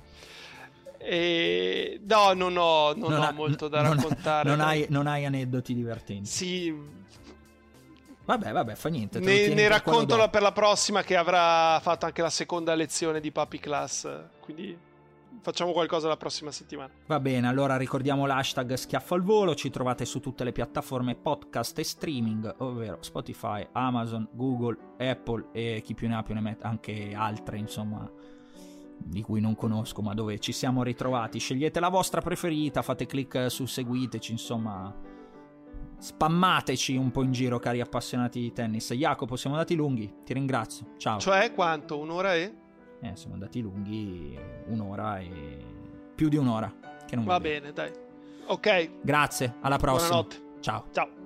No, non ho molto da raccontare. Non hai aneddoti divertenti? Sì. Vabbè, fa niente. Ne racconto per la prossima, che avrà fatto anche la seconda lezione di Puppy Class. Quindi facciamo qualcosa la prossima settimana. Va bene, allora ricordiamo l'hashtag Schiaffo al Volo. Ci trovate su tutte le piattaforme podcast e streaming, ovvero Spotify, Amazon, Google, Apple e chi più ne ha più ne mette, anche altre, insomma, di cui non conosco, ma dove ci siamo ritrovati. Scegliete la vostra preferita, fate click su seguiteci, insomma spammateci un po' in giro, cari appassionati di tennis. Jacopo, siamo andati lunghi, ti ringrazio, ciao. Cioè quanto? Un'ora e? Siamo andati lunghi, un'ora e più di un'ora, che non va bene, dai. Ok, grazie, alla prossima. Buonanotte. Ciao.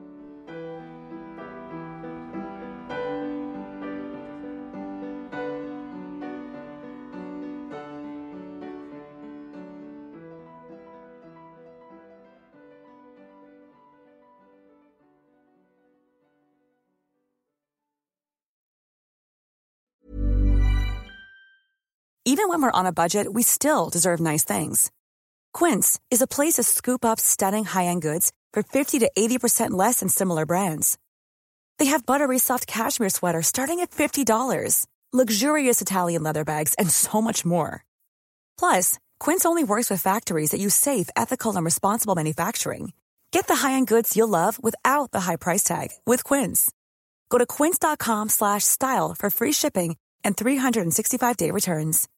Even when we're on a budget, we still deserve nice things. Quince is a place to scoop up stunning high-end goods for 50 to 80% less than similar brands. They have buttery soft cashmere sweaters starting at $50, luxurious Italian leather bags, and so much more. Plus, Quince only works with factories that use safe, ethical, and responsible manufacturing. Get the high-end goods you'll love without the high price tag with Quince. Go to quince.com/style for free shipping and 365-day returns.